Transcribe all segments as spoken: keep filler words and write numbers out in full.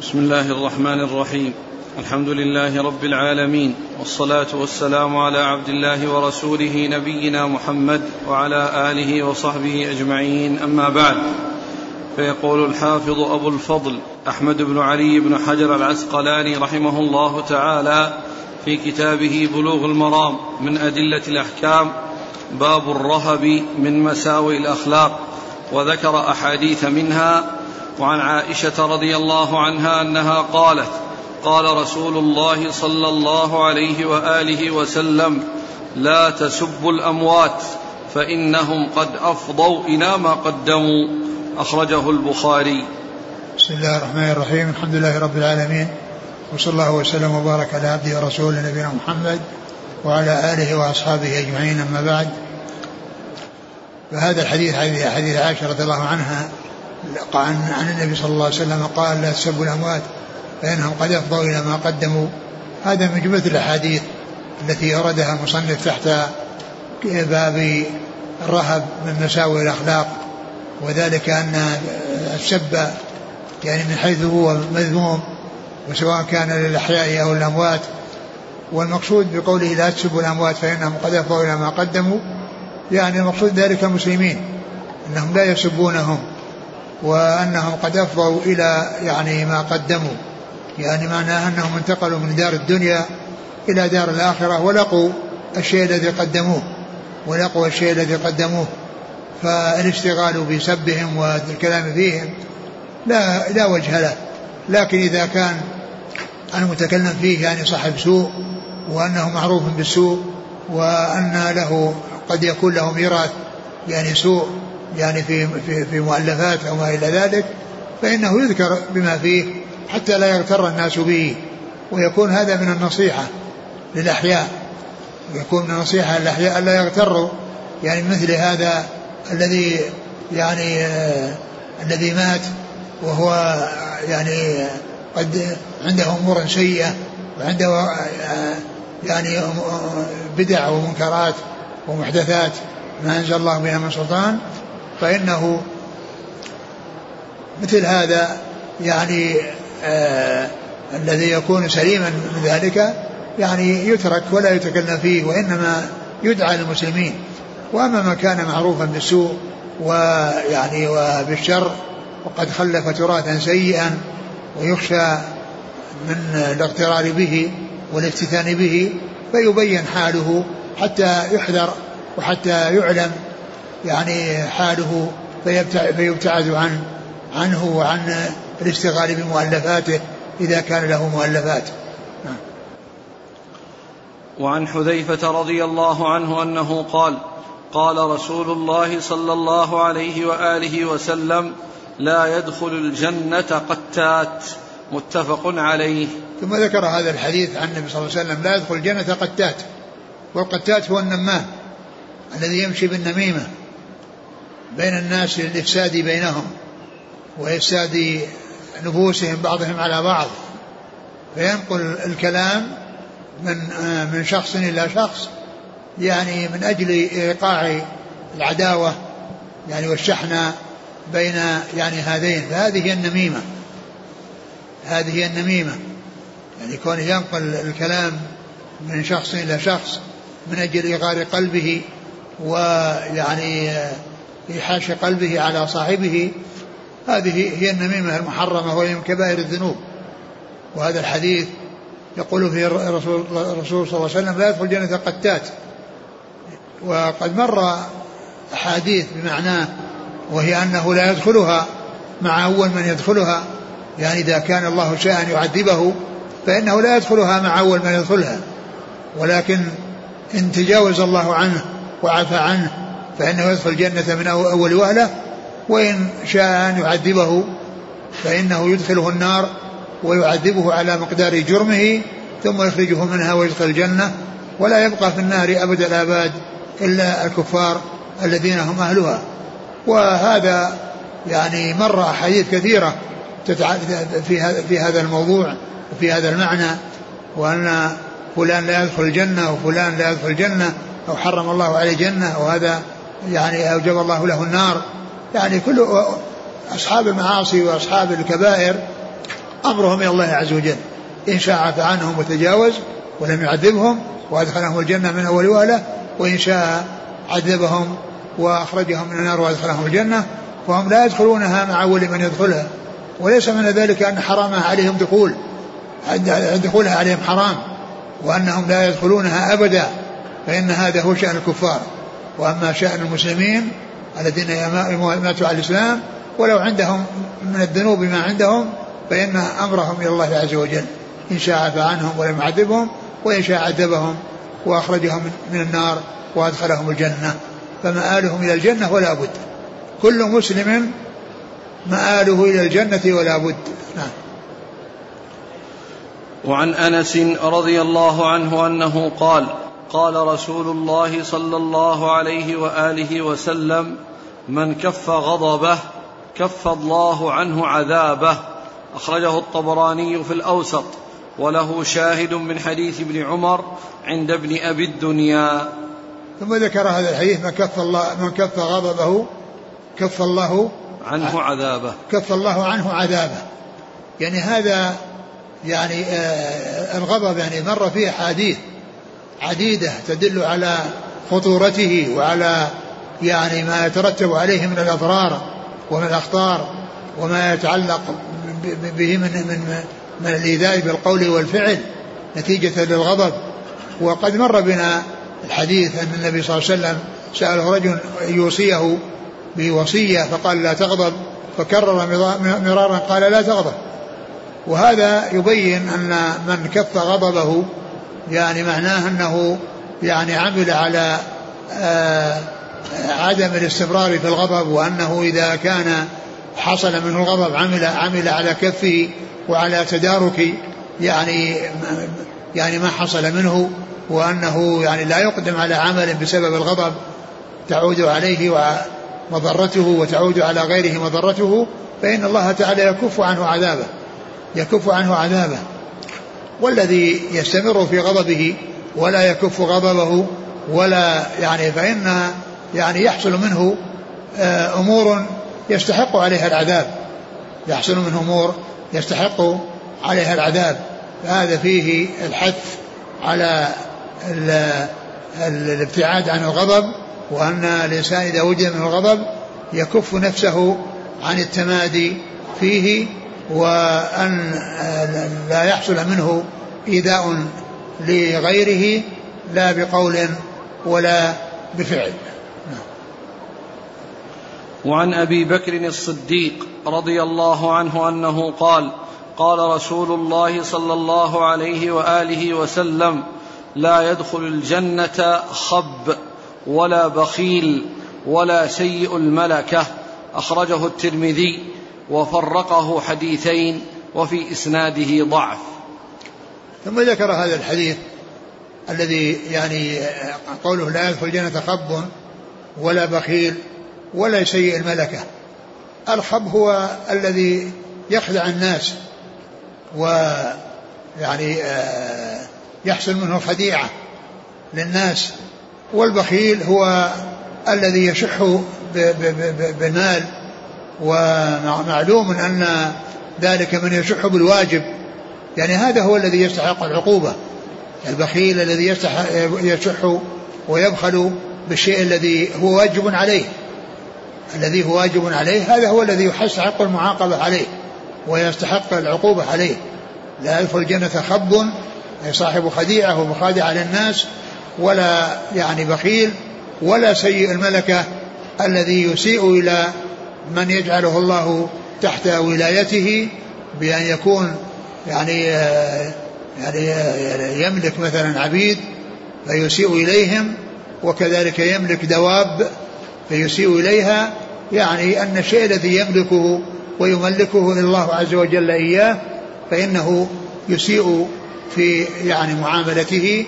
بسم الله الرحمن الرحيم. الحمد لله رب العالمين، والصلاة والسلام على عبد الله ورسوله نبينا محمد وعلى آله وصحبه أجمعين، أما بعد. فيقول الحافظ أبو الفضل أحمد بن علي بن حجر العسقلاني رحمه الله تعالى في كتابه بلوغ المرام من أدلة الأحكام: باب الرهب من مساوئ الأخلاق، وذكر أحاديث منها. وعن عائشة رضي الله عنها أنها قالت: قال رسول الله صلى الله عليه وآله وسلم: لا تسبوا الأموات فإنهم قد أفضوا إلى ما قدموا. أخرجه البخاري. بسم الله الرحمن الرحيم. الحمد لله رب العالمين، وصلى الله وسلم وبارك على عبده ورسوله نبينا محمد وعلى آله وأصحابه أجمعين، أما بعد. فهذا الحديث حديث عائشة رضي الله عنها عن النبي صلى الله عليه وسلم قال: لا تسبوا الأموات فإنهم قد أفضوا إلى ما قدموا. هذا من جملة الأحاديث التي أوردها المصنف تحت باب الرهب من مساوئ الأخلاق، وذلك أن السب يعني من حيث هو مذموم، وسواء كان للأحياء أو الأموات. والمقصود بقوله لا تسبوا الأموات فإنهم قد أفضوا إلى ما قدموا، يعني المقصود ذلك المسلمين أنهم لا يسبونهم، وأنهم قد أفضوا إلى يعني ما قدموا، يعني معناه أنهم انتقلوا من دار الدنيا إلى دار الآخرة ولقوا الشيء الذي قدموه ولقوا الشيء الذي قدموه فالاشتغال بسبهم والكلام فيهم لا, لا وجه له. لكن إذا كان المتكلم فيه يعني صاحب سوء، وأنه معروف بالسوء، وأن له قد يكون له ميراث يعني سوء يعني في, في, في مؤلفات أو ما إلى ذلك، فإنه يذكر بما فيه حتى لا يغتر الناس به، ويكون هذا من النصيحة للأحياء، ويكون من النصيحة للأحياء ألا يغتروا يعني مثل هذا الذي يعني آه الذي مات وهو يعني قد عنده أمور سيئة، وعنده آه يعني بدع ومنكرات ومحدثات ما أنزل الله بها من سلطان، فإنه مثل هذا يعني آه الذي يكون سليما من ذلك يعني يترك ولا يتكلم فيه، وإنما يدعى للمسلمين. وأما ما كان معروفا بالسوء ويعني وبالشر وقد خلف تراثا سيئا ويخشى من الاغترار به والافتتان به، فيبين حاله حتى يحذر وحتى يعلم يعني حاله، فيبتعد عن عنه وعن الاشتغال بمؤلفاته إذا كان له مؤلفات. وعن حذيفة رضي الله عنه أنه قال: قال رسول الله صلى الله عليه وآله وسلم: لا يدخل الجنة قتات. متفق عليه. ثم ذكر هذا الحديث عن النبي صلى الله عليه وسلم: لا يدخل الجنة قتات. والقتات هو النمام الذي يمشي بالنميمة بين الناس للإفساد بينهم وإفساد نفوسهم بعضهم على بعض، فينقل الكلام من من شخص إلى شخص يعني من أجل إيقاع العداوة يعني والشحنة بين يعني هذين. فهذه هي النميمة، هذه هي النميمة يعني كون ينقل الكلام من شخص إلى شخص من أجل إيغار قلبه ويعني إيحاش قلبه على صاحبه. هذه هي النميمة المحرمة وهي من كبائر الذنوب. وهذا الحديث يقول فيه الرسول, الرسول صلى الله عليه وسلم: لا يدخل الجنة قتات. وقد مر أحاديث بمعناه، وهي أنه لا يدخلها مع أول من يدخلها، يعني إذا كان الله شاء أن يعذبه فإنه لا يدخلها مع أول من يدخلها، ولكن إن تجاوز الله عنه وعفى عنه فإنه يدخل الجنة من أول وهلة، وإن شاء أن يعذبه فإنه يدخله النار ويعذبه على مقدار جرمه ثم يخرجه منها ويدخل الجنة، ولا يبقى في النار أبد الآباد إلا الكفار الذين هم أهلها. وهذا يعني مر أحاديث كثيرة في هذا الموضوع وفي هذا المعنى، وأن فلان لا يدخل الجنة وفلان لا يدخل الجنة، أو حرم الله عليه الجنة، وهذا يعني أوجب الله له النار. يعني كل أصحاب المعاصي وأصحاب الكبائر أمرهم إلى الله عز وجل، إن شاء عفى عنهم وتجاوز ولم يعذبهم وأدخلهم الجنة من أول وهلة، وإن شاء عذبهم وأخرجهم من النار وأدخلهم الجنة، فهم لا يدخلونها مع أول من يدخلها، وليس من ذلك أن حرام عليهم دخول دخولها عليهم حرام، وأنهم لا يدخلونها أبدا، فإن هذا هو شأن الكفار. وأما شأن المسلمين الذين ماتوا على الإسلام ولو عندهم من الذنوب ما عندهم فإن أمرهم إلى الله عز وجل، إن شاء عفى عنهم ولم يعذبهم، وإن شاء عذبهم وأخرجهم من النار وأدخلهم الجنة، فمآلهم إلى الجنة ولا بد، كل مسلم مآله إلى الجنة ولا بد. نعم. وعن أنس رضي الله عنه أنه قال قال رسول الله صلى الله عليه وآله وسلم: من كف غضبه كف الله عنه عذابه. أخرجه الطبراني في الأوسط، وله شاهد من حديث ابن عمر عند ابن أبي الدنيا. ثم ذكر هذا الحديث: من كف الله من كف غضبه كف الله عنه عذابه كف الله عنه عذابه. يعني هذا يعني آه الغضب يعني مر فيه أحاديث عديدة تدل على خطورته وعلى يعني ما يترتب عليه من الأضرار ومن الأخطار وما يتعلق به من من من الإيذاء بالقول والفعل نتيجة للغضب. وقد مر بنا الحديث أن النبي صلى الله عليه وسلم سأله رجل يوصيه بوصية فقال: لا تغضب، فكرر مرارا قال: لا تغضب. وهذا يبين أن من كف غضبه يعني معناه أنه يعني عمل على آه عدم الاستمرار في الغضب، وأنه إذا كان حصل منه الغضب عمل عمل على كفه وعلى تدارك يعني يعني ما حصل منه، وأنه يعني لا يقدم على عمل بسبب الغضب تعود عليه ومضرته وتعود على غيره مضرته، فإن الله تعالى يكف عنه عذابه يكف عنه عذابه. والذي يستمر في غضبه ولا يكف غضبه ولا يعني فإن يعني يحصل منه أمور يستحق عليها العذاب يحصل منه أمور يستحق عليها العذاب. فهذا فيه الحث على الابتعاد عن الغضب، وأن الإنسان إذا وجد من الغضب يكف نفسه عن التمادي فيه، وأن لا يحصل منه إيذاء لغيره لا بقول ولا بفعل. وعن أبي بكر الصديق رضي الله عنه أنه قال: قال رسول الله صلى الله عليه وآله وسلم: لا يدخل الجنة خب ولا بخيل ولا سيء الملكة. أخرجه الترمذي وفرقه حديثين وفي إسناده ضعف. ثم ذكر هذا الحديث الذي يعني قوله: لا يدخل الجنة خب ولا بخيل ولا سيء الملكة. الخب هو الذي يخدع الناس ويعني يحصل منه الخديعة للناس، والبخيل هو الذي يشح بالمال، ومعلوم أن ذلك من يشح بالواجب، يعني هذا هو الذي يستحق العقوبة. البخيل الذي يشح ويبخل بالشيء الذي هو واجب عليه الذي هو واجب عليه هذا هو الذي يستحق المعاقبة عليه ويستحق العقوبة عليه. لا يدخل الجنة خب أي صاحب خديعة ومخادعة للناس، ولا يعني بخيل ولا سيء الملكة الذي يسيء إلى من يجعله الله تحت ولايته بأن يكون يعني يعني يملك مثلا عبيد فيسيء إليهم، وكذلك يملك دواب فيسيء إليها، يعني أن الشيء الذي يملكه ويملكه الله عز وجل إياه فإنه يسيء في يعني معاملته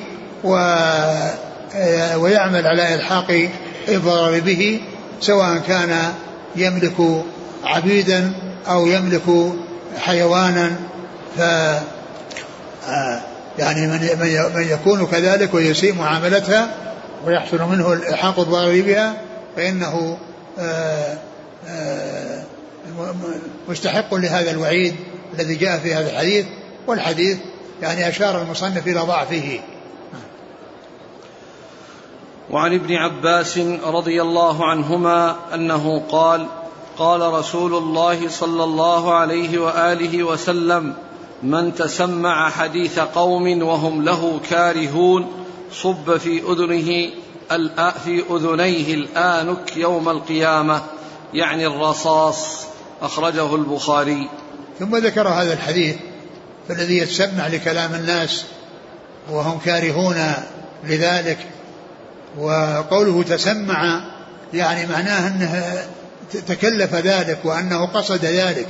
ويعمل على إلحاق إضرار به، سواء كان يملك عبيدا أو يملك حيوانا. ف يعني من يكون كذلك ويسيء معاملتها ويحصل منه الإلحاق الضرر بها فإنه مستحق لهذا الوعيد الذي جاء في هذا الحديث. والحديث يعني أشار المصنف إلى ضعفه. وعن ابن عباس رضي الله عنهما أنه قال قال رسول الله صلى الله عليه وآله وسلم من تسمع حديث قوم وهم له كارهون صب في أذنه في أذنيه الآنك يوم القيامة، يعني الرصاص. أخرجه البخاري. ثم ذكر هذا الحديث فالذي يتسمع لكلام الناس وهم كارهون لذلك، وقوله تسمع يعني معناه أنه تكلف ذلك وأنه قصد ذلك،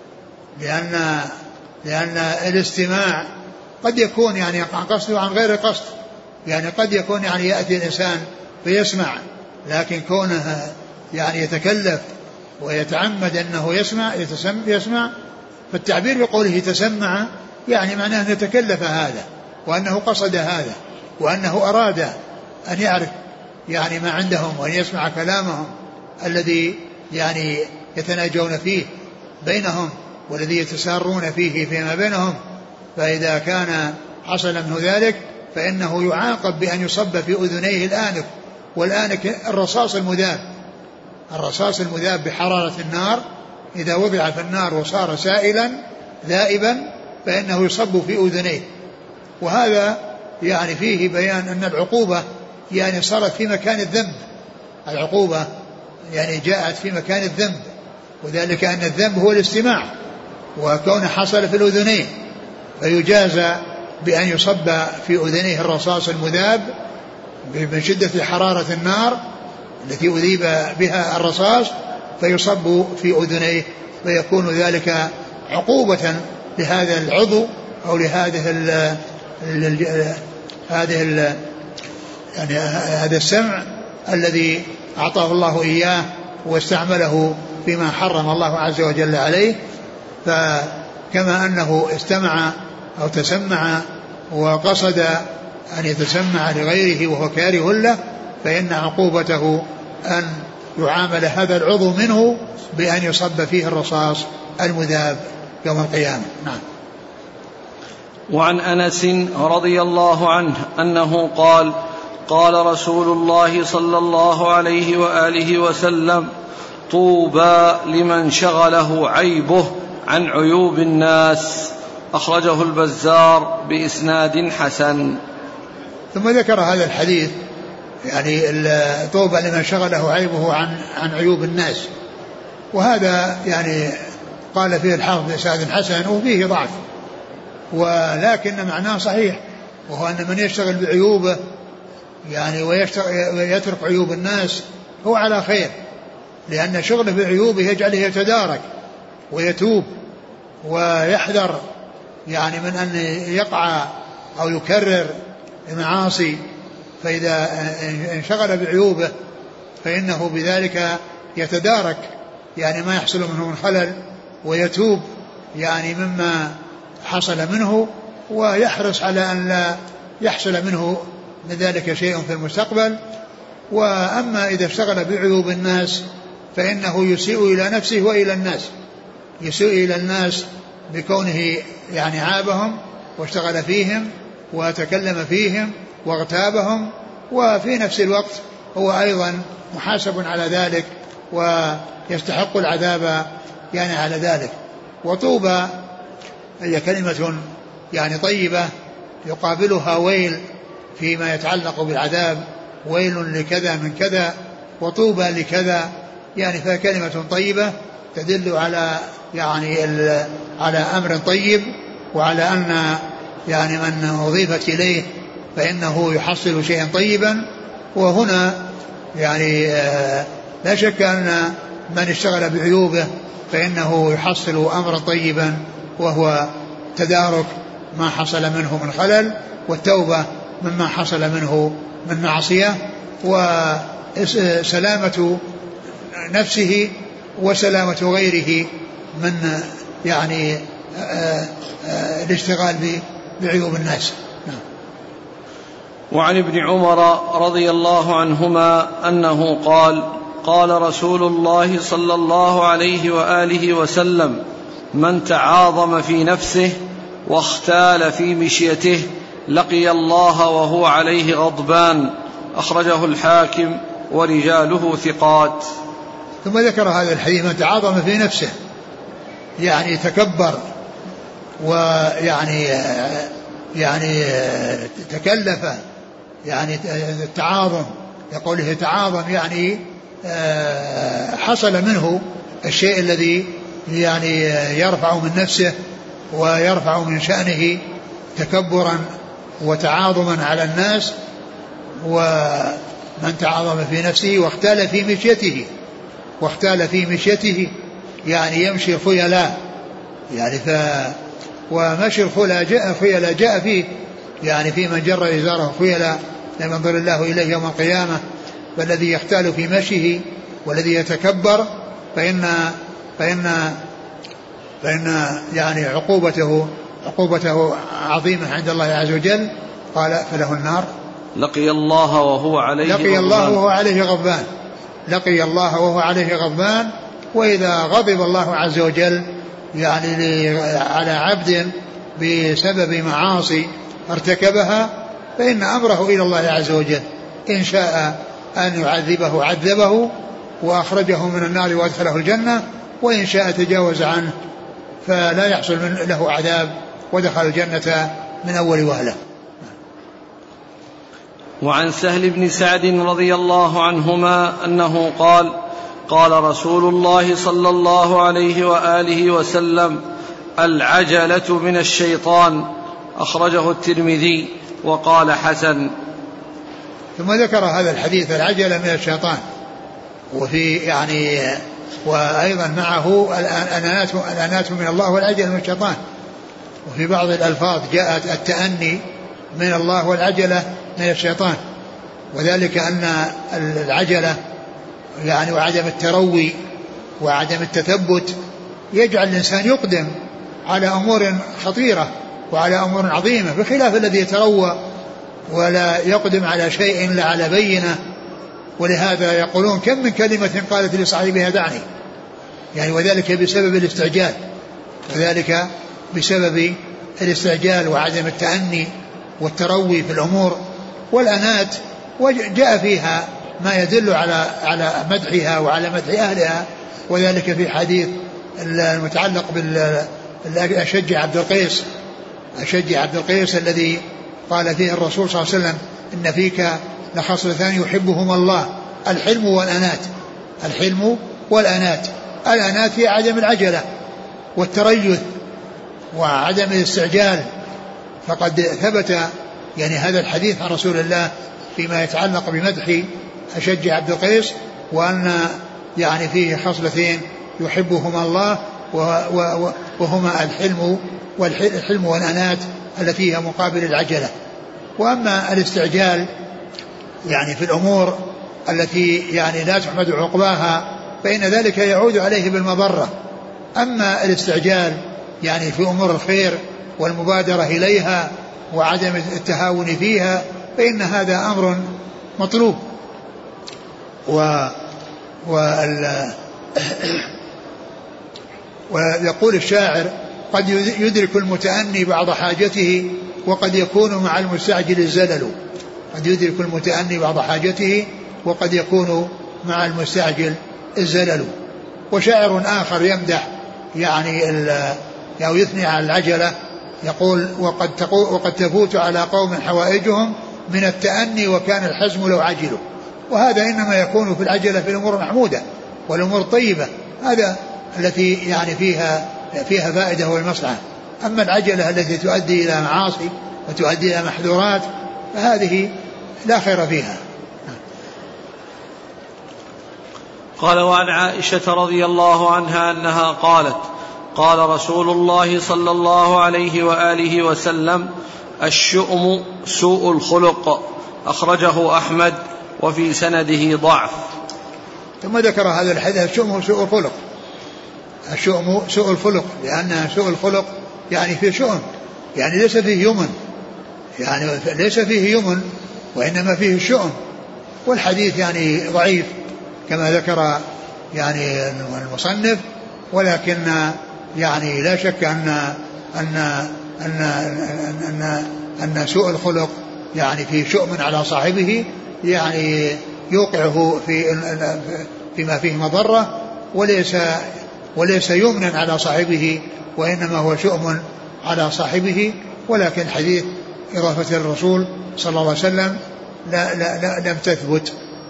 لأن لأن الاستماع قد يكون يعني عن قصد وعن غير قصد، يعني قد يكون يعني يأتي الإنسان فيسمع، لكن كونه يعني يتكلف ويتعمد أنه يسمع يسمع فالتعبير بقوله تسمع يعني معناه أنه تكلف هذا وأنه قصد هذا وأنه أراد أن يعرف يعني ما عندهم وأن يسمع كلامهم الذي يعني يتناجون فيه بينهم والذي يتسارون فيه فيما بينهم. فإذا كان حصل منه ذلك فإنه يعاقب بأن يصب في أذنيه الآنك، والآنك الرصاص المذاب، الرصاص المذاب بحرارة النار إذا وضع في النار وصار سائلا ذائبا فإنه يصب في أذنيه. وهذا يعني فيه بيان أن العقوبة يعني صارت في مكان الذنب، العقوبة يعني جاءت في مكان الذنب، وذلك أن الذنب هو الاستماع وكون حصل في الأذنين، فيجازى بأن يصب في أذنيه الرصاص المذاب من شدة حرارة النار التي أذيب بها الرصاص، فيصب في أذنيه فيكون ذلك عقوبة لهذا العضو أو لهذه ال ال هذه ال يعني هذا السمع الذي أعطاه الله إياه واستعمله فيما حرم الله عز وجل عليه. فكما أنه استمع أو تسمع وقصد أن يتسمع لغيره وهو كاره له، فإن عقوبته أن يعامل هذا العضو منه بأن يصب فيه الرصاص المذاب يوم القيامة. نعم. وعن أنس رضي الله عنه أنه قال قال رسول الله صلى الله عليه وآله وسلم طوبى لمن شغله عيبه عن عيوب الناس. أخرجه البزار بإسناد حسن. ثم ذكر هذا الحديث يعني طوبى لمن شغله عيبه عن عن عيوب الناس، وهذا يعني قال فيه الحافظ بإسناد حسن وفيه ضعف، ولكن معناه صحيح، وهو أن من يشتغل بعيوبه يعني ويترك عيوب الناس هو على خير، لأن شغله بعيوبه يجعله يتدارك ويتوب ويحذر يعني من أن يقع أو يكرر المعاصي. فإذا انشغل بعيوبه فإنه بذلك يتدارك يعني ما يحصل منه من خلل ويتوب يعني مما حصل منه، ويحرص على أن لا يحصل منه من ذلك شيء في المستقبل. وأما إذا اشتغل بعيوب الناس فإنه يسيء إلى نفسه وإلى الناس، يسيء إلى الناس بكونه يعني عابهم واشتغل فيهم وتكلم فيهم واغتابهم، وفي نفس الوقت هو أيضا محاسب على ذلك ويستحق العذاب يعني على ذلك. وطوبى هي كلمة يعني طيبة يقابلها ويل فيما يتعلق بالعذاب، ويل لكذا من كذا وطوبى لكذا، يعني فهي كلمة طيبة تدل على يعني على أمر طيب، وعلى أن يعني من أضيفت إليه فإنه يحصل شيئا طيبا. وهنا يعني لا شك أن من اشتغل بعيوبه فإنه يحصل أمرا طيبا، وهو تدارك ما حصل منه من خلل والتوبة مما حصل منه من معصية، وسلامة نفسه وسلامة غيره من يعني الاشتغال بعيوب الناس. وعن ابن عمر رضي الله عنهما أنه قال قال رسول الله صلى الله عليه وآله وسلم من تعاظم في نفسه واختال في مشيته لقي الله وهو عليه غضبان. أخرجه الحاكم ورجاله ثقات. ثم ذكر هذا الحديث: من تعاظم في نفسه، يعني تكبر ويعني يعني تكلف، يعني التعاظم، يقول تعاظم يعني حصل منه الشيء الذي يعني يرفع من نفسه ويرفع من شأنه تكبرا وتعاظما على الناس. ومن تعاظم في نفسه واختال في مشيته، واختال في مشيته يعني يمشي خيلا، يعني ف ومشي الخيلا جاء خيلا جاء فيه يعني في من جر إزاره خيلا لم ينظر الله إليه يوم القيامة. فالذي يختال في مشيه والذي يتكبر فإن فإن فإن يعني عقوبته عقوبته عظيمة عند الله عز وجل. قال: فله النار. لقي الله وهو عليه لقي غضبان. الله وهو عليه غضبان. لقي الله وهو عليه غضبان. وإذا غضب الله عز وجل يعني على عبد بسبب معاصي ارتكبها فإن أمره إلى الله عز وجل، إن شاء أن يعذبه عذبه وأخرجه من النار وأدخله الجنة، وإن شاء تجاوز عنه فلا يحصل له عذاب ودخل الجنة من أول وهلة. وعن سهل بن سعد رضي الله عنهما أنه قال: قال رسول الله صلى الله عليه وآله وسلم: العجلة من الشيطان. أخرجه الترمذي وقال: حسن. ثم ذكر هذا الحديث: العجلة من الشيطان. وفي يعني وأيضا معه الأنات الأنات من الله والعجلة من الشيطان. وفي بعض الألفاظ جاءت التأني من الله والعجلة من الشيطان، وذلك أن العجلة يعني وعدم التروي وعدم التثبت يجعل الإنسان يقدم على أمور خطيرة وعلى أمور عظيمة، بخلاف الذي يتروى ولا يقدم على شيء إلا على بينة. ولهذا يقولون: كم من كلمة قالت لصاحبها دعني، يعني وذلك بسبب الاستعجال، وذلك بسبب الاستعجال وعدم التأني والتروي في الأمور. والأنات وجاء فيها ما يدل على على مدحها وعلى مدح أهلها، وذلك في حديث المتعلق بالأشج عبد القيس أشج عبد القيس الذي قال فيه الرسول صلى الله عليه وسلم: إن فيك لخصلتان يحبهما الله، الحلم والأنات. الحلم والأنات. الأنات هي عدم العجلة والتريث وعدم الاستعجال. فقد ثبت يعني هذا الحديث عن رسول الله فيما يتعلق بمدح أشج عبد القيس، وأن يعني فيه خصلتين يحبهما الله وهما الحلم والحلم والأنات التي هي مقابل العجلة. وأما الاستعجال يعني في الأمور التي يعني لا تحمد عقباها فإن ذلك يعود عليه بالمضرة. أما الاستعجال يعني في أمور الخير والمبادرة إليها وعدم التهاون فيها فإن هذا أمر مطلوب. و وال ويقول الشاعر: قد يدرك المتأني بعض حاجته وقد يكون مع المستعجل الزلل. قد يدرك المتأني بعض حاجته وقد يكون مع المستعجل الزلل. وشاعر آخر يمدح يعني أو يثني على العجلة، يقول: وقد, وقد تفوت على قوم حوائجهم من التأني وكان الحزم لو عجلوا. وهذا إنما يكون في العجلة في الأمور المحمودة والأمور الطيبة، هذا التي يعني فيها فيها فائدة والمصلحة. أما العجلة التي تؤدي إلى معاصي وتؤدي إلى محذورات فهذه لا خير فيها. قال: وعن عائشة رضي الله عنها أنها قالت: قال رسول الله صلى الله عليه وآله وسلم: الشؤم سوء الخلق. أخرجه أحمد وفي سنده ضعف. ثم ذكر هذا الحديث: الشؤم سوء الخلق. الشؤم سوء الخلق لأن سوء الخلق يعني فيه شؤم، يعني ليس فيه يمن، يعني ليس فيه يمن وإنما فيه الشؤم. والحديث يعني ضعيف كما ذكر يعني المصنف، ولكن يعني لا شك أن أن أن أن أن سوء الخلق يعني في شؤم على صاحبه يعني يوقعه في فيما فيه مضرة، وليس وليس يمنا على صاحبه، وإنما هو شؤم على صاحبه. ولكن حديث إضافة الرسول صلى الله عليه وسلم لا لا لا لم تثبت.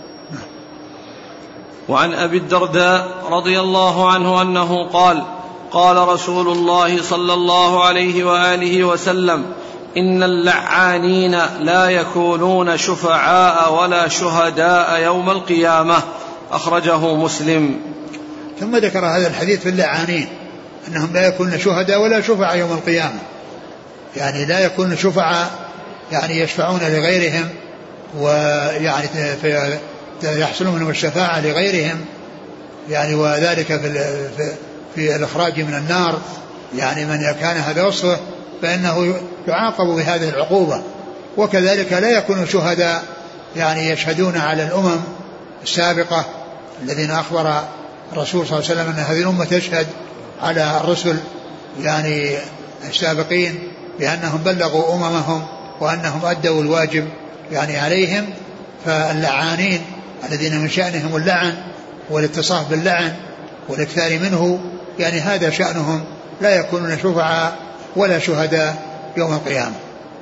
وعن أبي الدرداء رضي الله عنه أنه قال: قال رسول الله صلى الله عليه وآله وسلم: إن اللعانين لا يكونون شفعاء ولا شهداء يوم القيامة. أخرجه مسلم. ثم ذكر هذا الحديث في اللعانين أنهم لا يكونون شهداء ولا شفعاء يوم القيامة، يعني لا يكونون شفعاء يعني يشفعون لغيرهم ويعني يحصل منهم الشفاعة لغيرهم، يعني وذلك في, في الإخراج من النار، يعني من كان هذا وصفه فإنه يعاقب بهذه العقوبة. وكذلك لا يكون شهداء يعني يشهدون على الأمم السابقة الذين أخبر الرسول صلى الله عليه وسلم أن هذه الأمة تشهد على الرسل يعني السابقين بأنهم بلغوا أممهم وأنهم أدوا الواجب يعني عليهم. فاللعانين الذين من شأنهم اللعن والاتصاف باللعن والاكثار منه، يعني هذا شأنهم، لا يكونون شفعاء ولا شهداء يوم القيامة.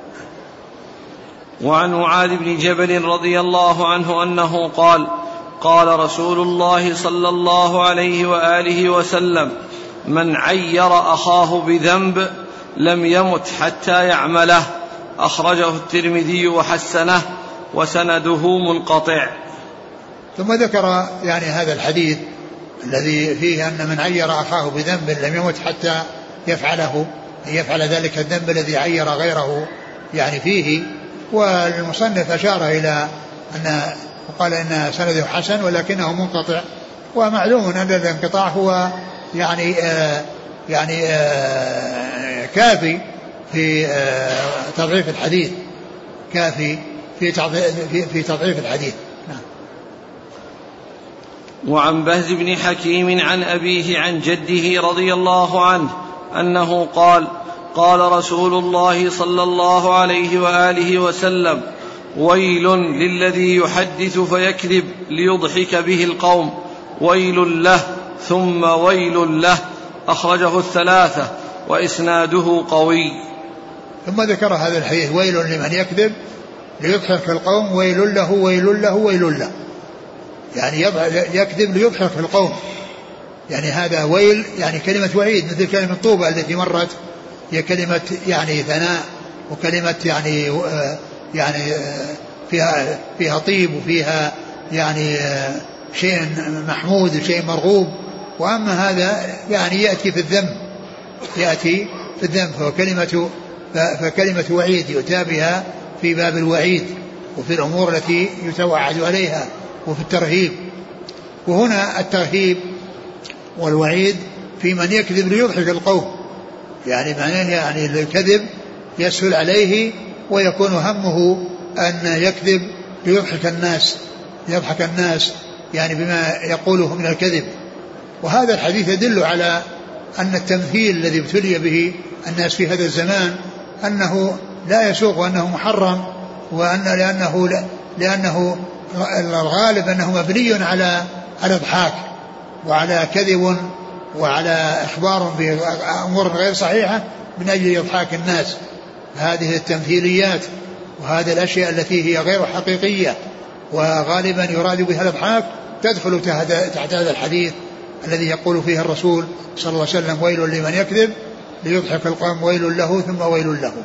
وعن معاذ بن جبل رضي الله عنه أنه قال: قال رسول الله صلى الله عليه وآله وسلم: من عير أخاه بذنب لم يمت حتى يعمله. أخرجه الترمذي وحسنه وسنده منقطع. ثم ذكر يعني هذا الحديث الذي فيه أن من عير أخاه بذنب لم يمت حتى يفعله، يفعل ذلك الذنب الذي عير غيره يعني فيه. والمصنف أشار إلى أن وقال إن سنده حسن ولكنه منقطع، ومعلوم أن الانقطاع هو يعني آه يعني آه كافي في آه تضعيف الحديث، كافي في في, في تضعيف الحديث. نعم. وعن بهز بن حكيم عن أبيه عن جده رضي الله عنه أنه قال: قال رسول الله صلى الله عليه وآله وسلم: ويل للذي يحدث فيكذب ليضحك به القوم، ويل له ثم ويل له. أخرجه الثلاثة وإسناده قوي. ثم ذكر هذا الحديث: ويل لمن يكذب ليضحك القوم، ويل له ويل له ويل له، يعني يكذب ليضحك القوم، يعني هذا ويل يعني كلمة وعيد، مثل كلمة طوبى التي مرت، هي كلمة يعني ثناء وكلمة يعني يعني فيها فيها طيب وفيها يعني شيء محمود وشيء مرغوب. وأما هذا يعني يأتي في الذم، يأتي في الذم، فكلمة فكلمة وعيد يؤتى بها في باب الوعيد وفي الأمور التي يتوعد عليها وفي الترهيب. وهنا الترهيب والوعيد في من يكذب ليضحك القوم، يعني معناه يعني الكذب يسهل عليه ويكون همه أن يكذب ليضحك الناس، يضحك الناس يعني بما يقوله من الكذب. وهذا الحديث يدل على أن التمثيل الذي ابتلي به الناس في هذا الزمان أنه لا يسوق وأنه محرم، وأن لأنه لأنه الغالب أنه مبني على على إضحاك وعلى كذب وعلى إخبار بأمور غير صحيحة من أجل إضحاك الناس. هذه التمثيليات وهذه الأشياء التي هي غير حقيقية وغالبا يراد بها الإضحاك تدخل تحت هذا الحديث الذي يقول فيه الرسول صلى الله عليه وسلم: ويل لمن يكذب ليضحك القوم، ويل له ثم ويل له.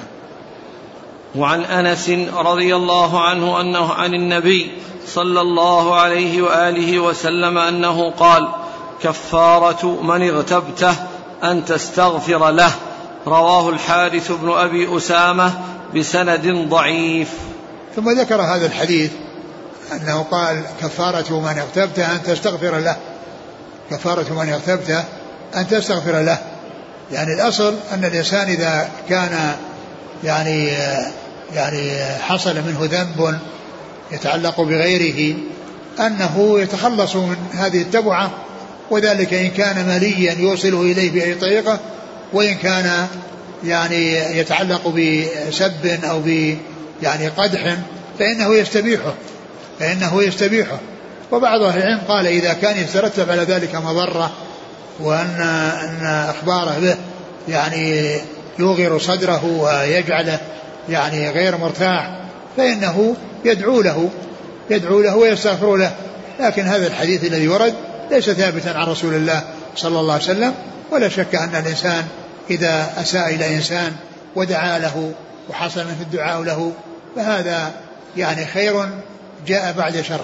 وعن أنس رضي الله عنه أنه عن النبي صلى الله عليه وآله وسلم أنه قال: كفارة من اغتبته أن تستغفر له. رواه الحارث بن أبي أسامة بسند ضعيف. ثم ذكر هذا الحديث أنه قال: كفارة من اغتبته أن تستغفر له، كفارة من اغتبته أن تستغفر له. يعني الأصل أن الإنسان إذا كان يعني يعني حصل منه ذنب يتعلق بغيره أنه يتخلص من هذه التبعة وذلك إن كان ماليا يوصله إليه بأي طريقة، وإن كان يعني يتعلق بسب أو ب يعني قدح فإنه يستبيحه فإنه يستبيحه وبعض أهل العلم قال إذا كان يترتب على ذلك مضرة وأن أن أخباره به يعني يوغر صدره ويجعله يعني غير مرتاح فإنه يدعو له يدعو له ويستغفر له. لكن هذا الحديث الذي ورد ليس ثابتا عن رسول الله صلى الله عليه وسلم، ولا شك أن الإنسان إذا أساء إلى إنسان ودعا له وحصل منه الدعاء له فهذا يعني خير جاء بعد شر.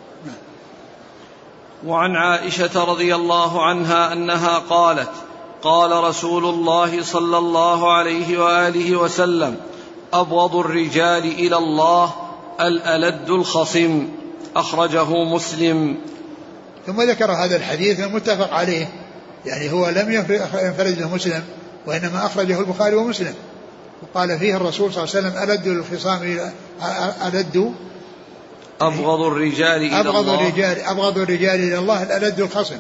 وعن عائشة رضي الله عنها أنها قالت قال رسول الله صلى الله عليه وآله وسلم أبغض الرجال إلى الله الألد الخصم، أخرجه مسلم. ثم ذكر هذا الحديث المتفق عليه، يعني هو لم ينفرد به مسلم وإنما أخرجه البخاري ومسلم، وقال فيه الرسول صلى الله عليه وسلم ألد الخصام ألد أبغض الرجال إلى أبغض الله الرجال أبغض الرجال إلى الله الألد الخصم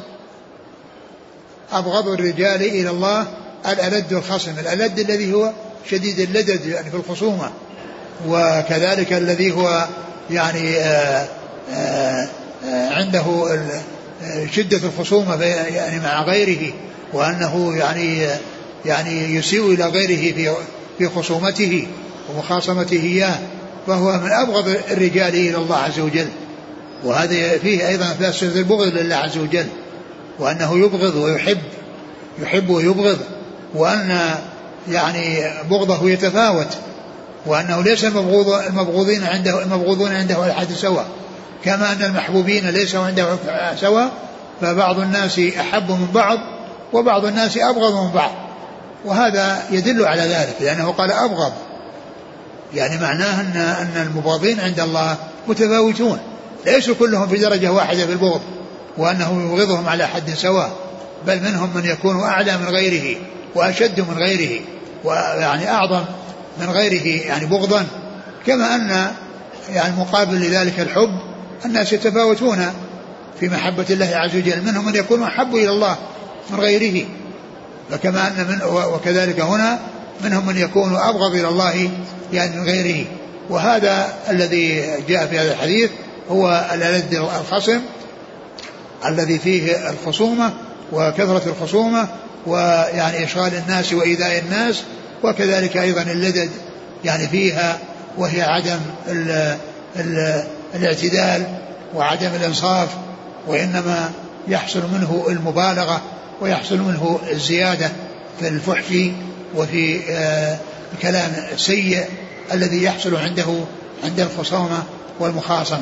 أبغض الرجال إلى الله الألد الخصم. الألد الذي هو شديد اللدد يعني في الخصومة، وكذلك الذي هو يعني آآ آآ عنده شدة الخصومة يعني مع غيره، وأنه يعني يعني يسيء إلى غيره في في خصومته ومخاصمته إياه، فهو من أبغض الرجال إلى الله عز وجل. وهذا فيه أيضا فاسد البغض لله عز وجل، وأنه يبغض ويحب يحب ويبغض، وأن يعني بغضه يتفاوت، وأنه ليس المبغوض المبغوضين عنده المبغوضون عنده أحد سواء، كما أن المحبوبين ليسوا عنده سواء، فبعض الناس أحب من بعض وبعض الناس أبغض من بعض، وهذا يدل على ذلك لأنه قال أبغض، يعني معناه أن أن المبغضين عند الله متفاوتون، ليسوا كلهم في درجة واحدة في البغض وأنه يبغضهم على حد سواء، بل منهم من يكون أعلى من غيره وأشد من غيره ويعني أعظم من غيره يعني بغضا، كما أن يعني مقابل لذلك الحب الناس يتفاوتون في محبة الله عز وجل، منهم من يكون أحب إلى الله من غيره، فكما أن من وكذلك هنا منهم من يكون أبغض إلى الله يعني من غيره. وهذا الذي جاء في هذا الحديث هو الألد الخصم الذي فيه الخصومة وكثرة الخصومة ويعني إشغال الناس وإيذاء الناس، وكذلك أيضا اللدد يعني فيها، وهي عدم ال ال الاعتدال وعدم الإنصاف، وإنما يحصل منه المبالغة ويحصل منه الزيادة في الفحش وفي آه الكلام السيء الذي يحصل عنده عند الخصومة والمخاصمة.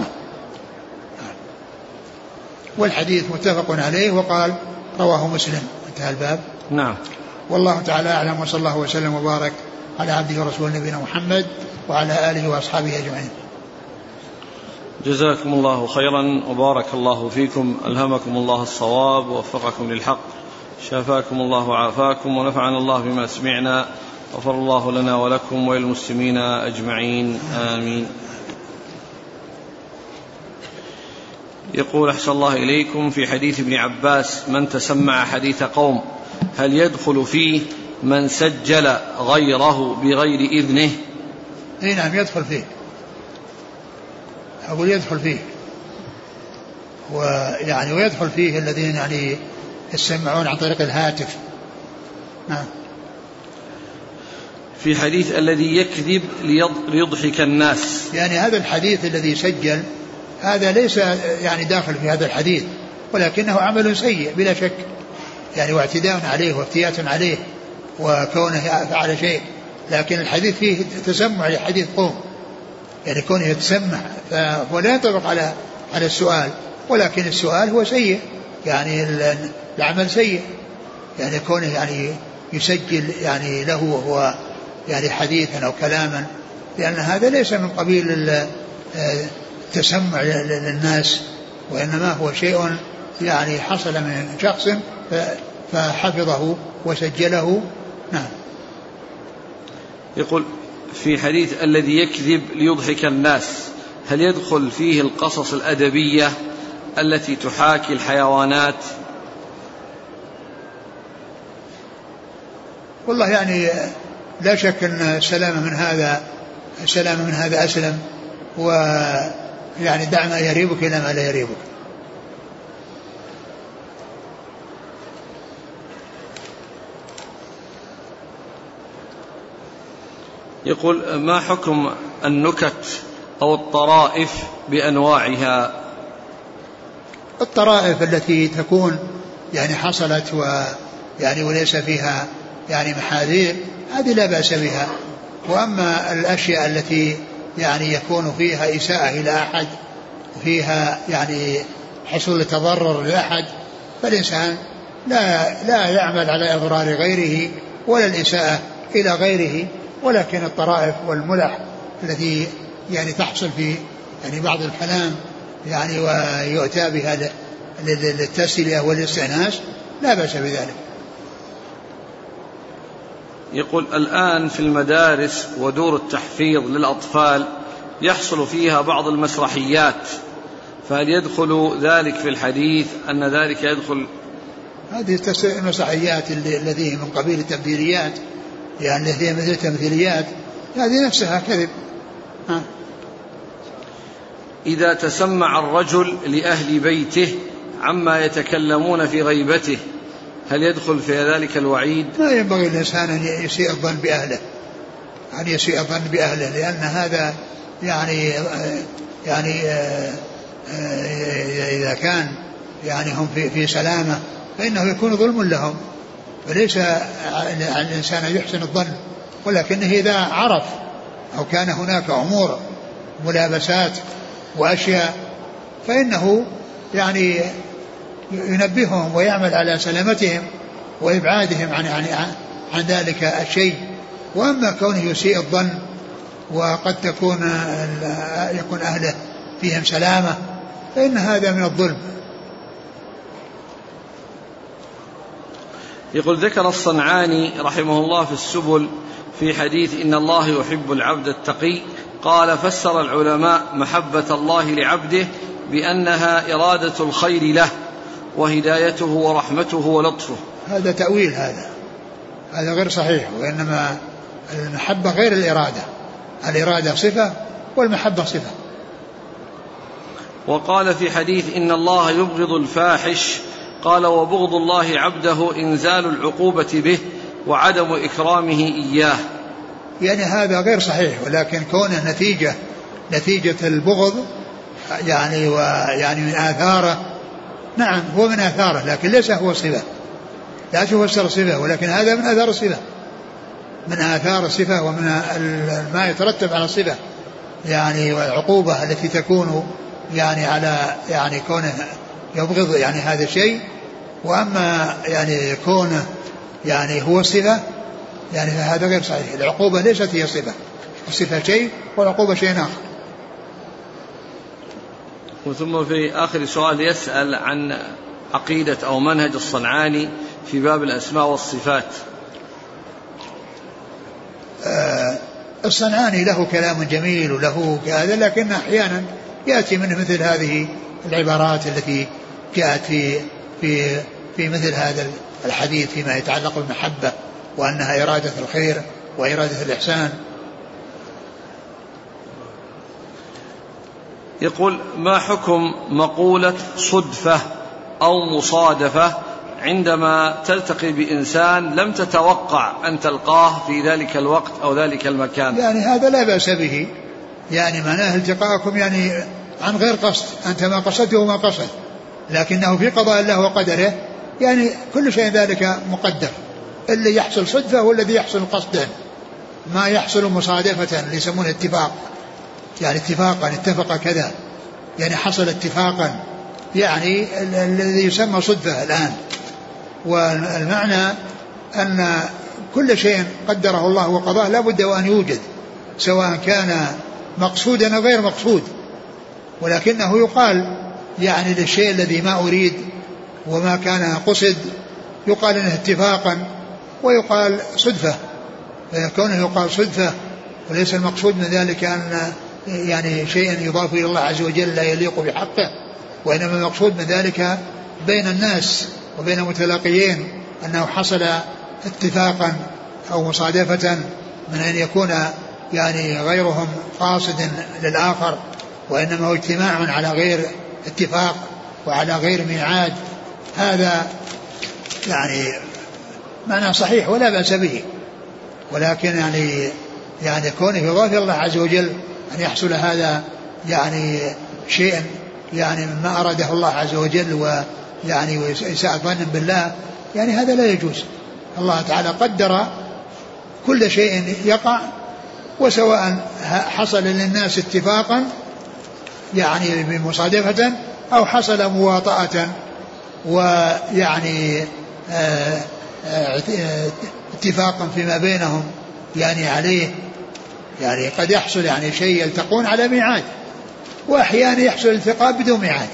والحديث متفق عليه، وقال رواه مسلم. انتهى الباب. نعم. والله تعالى أعلم، وصلى الله وسلم وبارك على عبده ورسوله نبينا محمد وعلى آله وأصحابه أجمعين. جزاكم الله خيرا وبارك الله فيكم، ألهمكم الله الصواب ووفقكم للحق، شافاكم الله وعافاكم، ونفعنا الله بما سمعنا، غفر الله لنا ولكم وللمسلمين أجمعين، آمين. يقول أحسن الله إليكم، في حديث ابن عباس من تسمع حديث قوم هل يدخل فيه من سجل غيره بغير إذنه؟ اي نعم يدخل فيه، أقول يدخل فيه، ويعني ويدخل فيه الذين يعني يسمعون عن طريق الهاتف. نعم. في حديث الذي يكذب ليضحك الناس، يعني هذا الحديث الذي سجل هذا ليس يعني داخل في هذا الحديث، ولكنه عمل سيء بلا شك، يعني واعتداء عليه وافتيات عليه وكونه فعل شيء، لكن الحديث فيه تسمع لحديث قوم، يعني كونه يتسمع فهو لا ينطبق على على السؤال، ولكن السؤال هو سيء، يعني العمل سيء، يعني كونه يعني يسجل يعني له وهو يعني حديثا أو كلاما، لأن هذا ليس من قبيل التسمع للناس، وإنما هو شيء يعني حصل من شخص فحفظه وسجله. نعم. يقول في حديث الذي يكذب ليضحك الناس هل يدخل فيه القصص الأدبية التي تحاكي الحيوانات؟ والله يعني لا شك أن السلامة من هذا السلامة من هذا أسلم، ويعني دع ما يريبك إلى ما لا يريبك. يقول ما حكم النكت أو الطرائف بأنواعها؟ الطرائف التي تكون يعني حصلت ويعني وليس فيها يعني محاذير هذه لا بأس بها. وأما الأشياء التي يعني يكون فيها إساءة إلى أحد وفيها يعني حصول تضرر لأحد فالإنسان لا, لا يعمل على إضرار غيره ولا الإساءة إلى غيره. ولكن الطرائف والملح التي يعني تحصل في يعني بعض الكلام يعني ويؤتى بها للتسلية والاستئناس لا بأس بذلك. يقول الآن في المدارس ودور التحفيظ للأطفال يحصل فيها بعض المسرحيات، فهل يدخل ذلك في الحديث أن ذلك يدخل؟ هذه المسرحيات التي من قبيل التمثيليات يعني هي مثل التمثيليات هذه نفسها كذب. ها. إذا تسمع الرجل لأهل بيته عما يتكلمون في غيبته هل يدخل في ذلك الوعيد؟ لا ينبغي الإنسان أن يسيء الظن بأهله، أن يسيء الظن بأهله، لأن هذا يعني يعني إذا كان يعني هم في في سلامة فإنه يكون ظلم لهم، وليس على الإنسان أن يحسن الظن، ولكنه إذا عرف أو كان هناك أمور ملابسات وأشياء فإنه يعني ينبههم ويعمل على سلامتهم وإبعادهم عن, عن, عن ذلك الشيء. وأما كونه يسيء الظن وقد تكون يكون أهله فيهم سلامة فإن هذا من الظلم. يقول ذكر الصنعاني رحمه الله في السبل في حديث إن الله يحب العبد التقي، قال فسر العلماء محبة الله لعبده بأنها إرادة الخير له وهدايته ورحمته ولطفه. هذا تأويل، هذا هذا غير صحيح، وإنما المحبة غير الإرادة، الإرادة صفة والمحبة صفة. وقال في حديث إن الله يبغض الفاحش، قال وبغض الله عبده إنزال العقوبة به وعدم إكرامه إياه. يعني هذا غير صحيح، ولكن كونه نتيجة نتيجة البغض يعني ويعني من آثاره، نعم هو من آثاره، لكن ليس هو صفة، لا تفسر صفة، ولكن هذا من آثار الصفة، من آثار الصفة ومن ما يترتب على الصفة يعني، والعقوبة التي تكون يعني على يعني كونه يبغض يعني هذا الشيء. وأما يعني كونه يعني هو صفة يعني هذا غير صحيح، العقوبة ليست هي صفة، الصفة شيء والعقوبة شيء آخر. وثم في آخر سؤال يسأل عن عقيدة أو منهج الصنعاني في باب الأسماء والصفات. آه الصنعاني له كلام جميل وله هذا، لكن أحيانا يأتي منه مثل هذه العبارات التي جاءت في في في مثل هذا الحديث فيما يتعلق بالمحبة وأنها إرادة الخير وإرادة الإحسان. يقول ما حكم مقولة صدفة أو مصادفة عندما تلتقي بإنسان لم تتوقع أن تلقاه في ذلك الوقت أو ذلك المكان؟ يعني هذا لا بأس به، يعني معناه التقاءكم يعني عن غير قصد، أنت ما قصدته وما قصد، لكنه في قضاء الله وقدره، يعني كل شيء ذلك مقدر، اللي يحصل صدفة والذي يحصل قصدا، ما يحصل مصادفة اللي يسمونه اتفاق، يعني اتفاقا اتفق كذا، يعني حصل اتفاقا، يعني الذي يسمى صدفة الآن. والمعنى أن كل شيء قدره الله وقضاه لا بد وأن يوجد، سواء كان مقصودا أو غير مقصود، ولكنه يقال يعني للشيء الذي ما أريد وما كان قصد يقال انه اتفاقا ويقال صدفة، فكونه يقال صدفة وليس المقصود من ذلك أن يعني شيئا يضاف إلى الله عز وجل لا يليق بحقه، وإنما المقصود من ذلك بين الناس وبين المتلاقيين أنه حصل اتفاقا أو مصادفة من أن يكون يعني غيرهم قاصد للآخر، وإنما هو اجتماع على غير اتفاق وعلى غير ميعاد، هذا يعني معنى صحيح ولا بأس به. ولكن يعني يعني كونه يضاف الله عز وجل أن يحصل هذا يعني شيء يعني مما أراده الله عز وجل ويعني ويساء ظن بالله، يعني هذا لا يجوز. الله تعالى قدر كل شيء يقع، وسواء حصل للناس اتفاقا يعني بمصادفة أو حصل مواطأة ويعني اتفاقا فيما بينهم يعني عليه، يعني قد يحصل يعني شيء يلتقون على ميعاد، وأحيانا يحصل التقاء بدون ميعاد.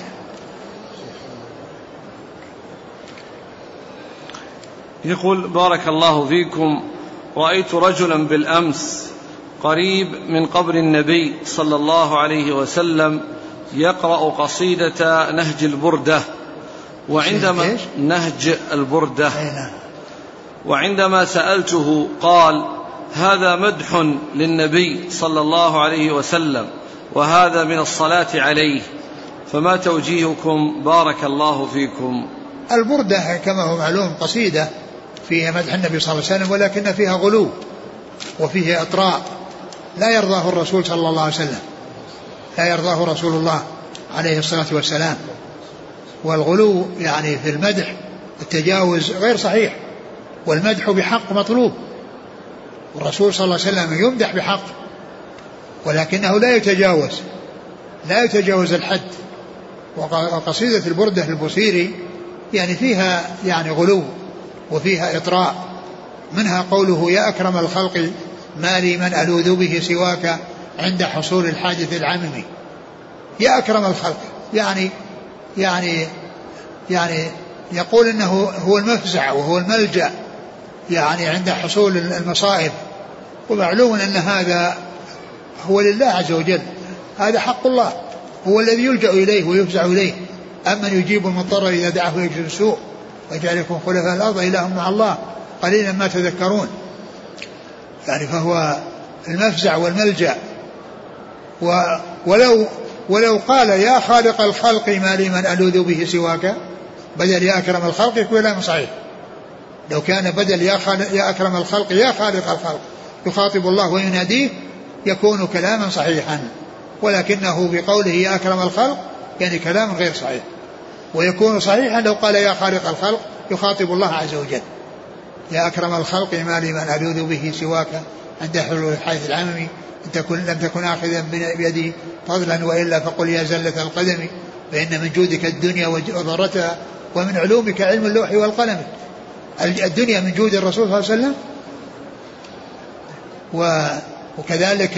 يقول بارك الله فيكم، رأيت رجلا بالأمس قريب من قبر النبي صلى الله عليه وسلم يقرأ قصيدة نهج البردة، وعندما نهج البردة وعندما سألته قال هذا مدح للنبي صلى الله عليه وسلم وهذا من الصلاة عليه، فما توجيهكم بارك الله فيكم؟ البردة كما هو معلوم قصيدة فيها مدح النبي صلى الله عليه وسلم، ولكن فيها غلو وفيه إطراء لا يرضاه الرسول صلى الله عليه وسلم، لا يرضاه رسول الله عليه الصلاة والسلام. والغلو يعني في المدح التجاوز غير صحيح، والمدح بحق مطلوب، والرسول صلى الله عليه وسلم يمدح بحق، ولكنه لا يتجاوز لا يتجاوز الحد. وقصيدة البردة البوصيري يعني فيها يعني غلو وفيها إطراء، منها قوله يا أكرم الخلق ما لي من ألوذ به سواك عند حصول الحادث العممي. يا أكرم الخلق يعني يعني يعني يقول إنه هو المفزع وهو الملجأ يعني عند حصول المصائب، ومعلوم أن هذا هو لله عز وجل، هذا حق الله، هو الذي يلجأ إليه ويفزع إليه. أمن يجيب المضطر إذا دعاه ويكشف السوء ويجعلكم خلفاء الأرض إله مع الله قليلا ما تذكرون. يعني فهو المفزع والملجأ. ولو ولو قال يا خالق الخلق ما لي من ألوذ به سواك بدل يا أكرم الخلق يكون كلام صحيح. لو كان بدل يا, يا أكرم الخلق يا خالق الخلق يخاطب الله ويناديه يكون كلاما صحيحا، ولكنه بقوله يا أكرم الخلق يعني كلام غير صحيح. ويكون صحيحا لو قال يا خالق الخلق يخاطب الله عز وجل. يا أكرم الخلق ما لي من ألوذ به سواك عند حلول الحادث العممي إن تكن لم تكن آخذا بيدي فضلا وإلا فقل يا زلة القدم فإن من جودك الدنيا وضرتها ومن علومك علم اللوح والقلم. الدنيا من جود الرسول صلى الله عليه وسلم، وكذلك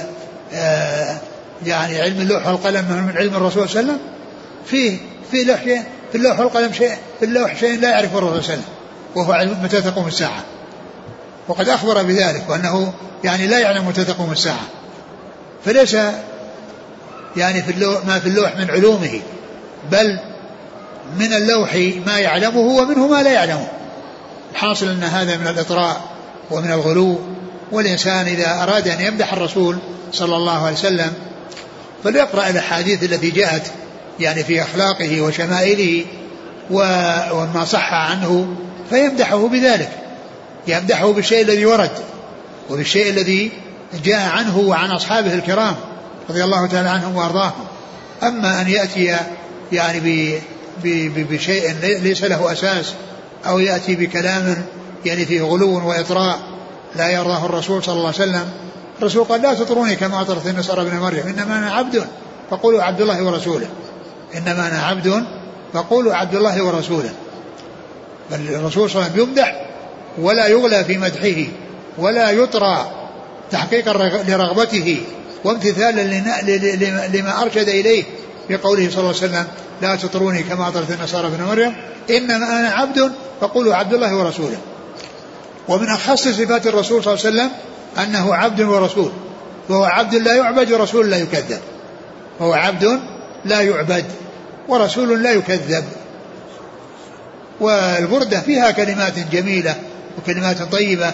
يعني علم اللوح والقلم من علم الرسول صلى الله عليه وسلم. فيه في لوح في اللوح والقلم شيء في اللوح شيء لا يعرفه الرسول صلى الله عليه وسلم، وهو علم متى تقوم الساعة، وقد أخبر بذلك وأنه يعني لا يعلم متى تقوم الساعة. فليس يعني في اللوح ما في اللوح من علومه، بل من اللوح ما يعلمه ومنه ما لا يعلمه. حاصل أن هذا من الإطراء ومن الغلو. والإنسان إذا أراد أن يمدح الرسول صلى الله عليه وسلم فليقرأ الأحاديث التي جاءت يعني في أخلاقه وشمائله وما صح عنه فيمدحه بذلك، يمدحه بالشيء الذي ورد وبالشيء الذي جاء عنه وعن أصحابه الكرام رضي الله تعالى عنهم وأرضاهم. أما أن يأتي يعني بشيء ليس له أساس أو يأتي بكلام يعني فيه غلو وإطراء لا يرضاه الرسول صلى الله عليه وسلم. الرسول قال لا تطروني كما أطرت النصارى ابن مريم إنما أنا عبد فقولوا عبد الله ورسوله، إنما أنا عبد فقولوا عبد الله ورسوله. بل الرسول صلى الله عليه وسلم يمدح ولا يغلى في مدحه ولا يطرى تحقيقا لرغبته وامتثالا لما أرشد إليه بقوله صلى الله عليه وسلم لا تطروني كما أطرت النصارى ابن مريم إنما أنا عبد فقولوا عبد الله ورسوله. ومن أخص صفات الرسول صلى الله عليه وسلم أنه عبد ورسول، وهو عبد لا يعبد ورسول لا يكذب، وهو عبد لا يعبد ورسول لا يكذب. والبردة فيها كلمات جميلة وكلمات طيبة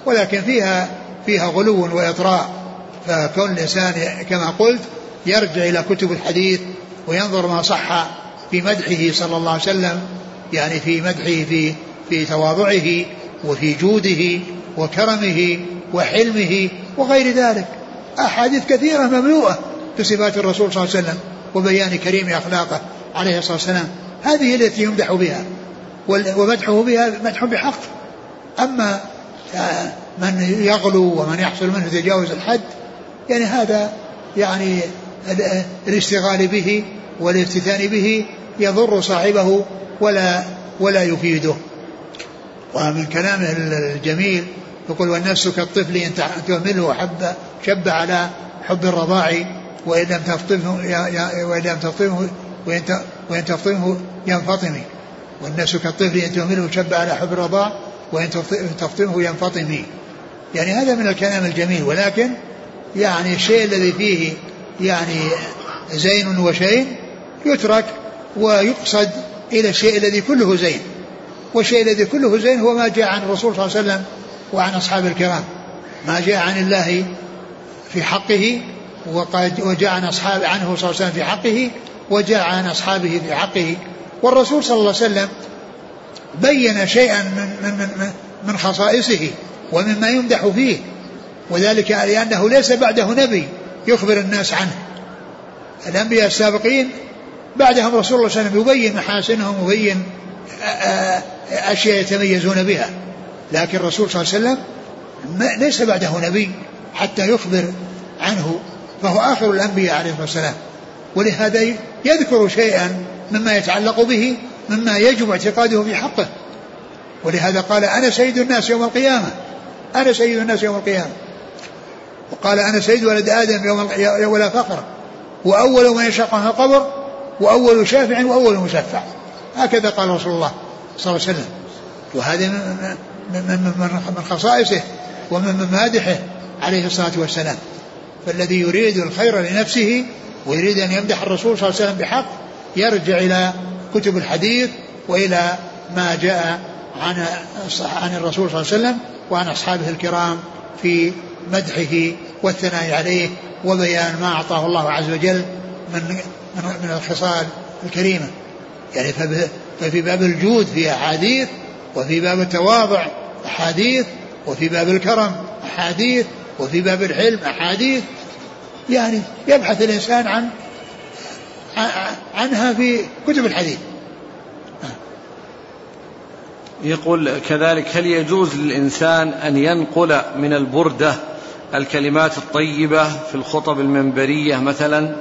ولكن فيها فيها غلو وإطراء. فكون الإنسان كما قلت يرجع إلى كتب الحديث وينظر ما صح في مدحه صلى الله عليه وسلم، يعني في مدحه في في تواضعه وفي جوده وكرمه وحلمه وغير ذلك. أحاديث كثيرة مملوءة بصفات الرسول صلى الله عليه وسلم وبيان كريم أخلاقه عليه الصلاة والسلام، هذه التي يمدح بها ومدحه بها مدح بحق. أما من يغلو ومن يحصل منه تجاوز الحد يعني هذا يعني الاشتغال به والافتتان به يضر صاحبه ولا ولا يفيده. ومن كلامه الجميل يقول والنفس كالطفل إن تهمله حب شب على حب الرضاع وإن لم تفطمه وإن لم تفطمه وإن تفطمه ينفطم. والنفس كالطفل إن تهمله شب على حب الرضاع وإن تفطمه ينفطم. يعني هذا من الكلام الجميل، ولكن يعني الشيء الذي فيه يعني زين وشين يترك ويقصد إلى الشيء الذي كله زين، والشيء الذي كله زين هو ما جاء عن الرسول صلى الله عليه وسلم وعن أصحاب الكرام، ما جاء عن الله في حقه وجاء عن أصحاب عنه صلى الله عليه وسلم في حقه وجاء عن أصحابه في حقه. والرسول صلى الله عليه وسلم بين شيئا من, من, من, من خصائصه ومما يمدح فيه، وذلك لأنه ليس بعده نبي يخبر الناس عنه. الأنبياء السابقين بعدهم رسول الله صلى الله عليه وسلم يبين محاسنهم ويبين أشياء يتميزون بها، لكن الرسول صلى الله عليه وسلم ليس بعده نبي حتى يخبر عنه، فهو آخر الأنبياء عليه الصلاة والسلام. ولهذا يذكر شيئا مما يتعلق به مما يجب اعتقاده في حقه. ولهذا قال أنا سيد الناس يوم القيامة، أنا سيد الناس يوم القيامة. وقال أنا سيد ولد آدم يوم ولا فخر، وأول من يشق عنه القبر، وأول شافع وأول مشفع. هكذا قال رسول الله صلى الله عليه وسلم. وهذا من خصائصه ومن ممادحه عليه الصلاة والسلام. فالذي يريد الخير لنفسه ويريد أن يمدح الرسول صلى الله عليه وسلم بحق يرجع إلى كتب الحديث وإلى ما جاء عن عن الرسول صلى الله عليه وسلم وعن أصحابه الكرام في مدحه والثناء عليه وبيان ما أعطاه الله عز وجل من من الخصال الكريمة. يعني ففي باب الجود في أحاديث، وفي باب التواضع أحاديث، وفي باب الكرم أحاديث، وفي باب الحلم أحاديث. يعني يبحث الإنسان عن عنها في كتب الحديث. يقول كذلك هل يجوز للإنسان أن ينقل من البردة الكلمات الطيبة في الخطب المنبرية مثلا؟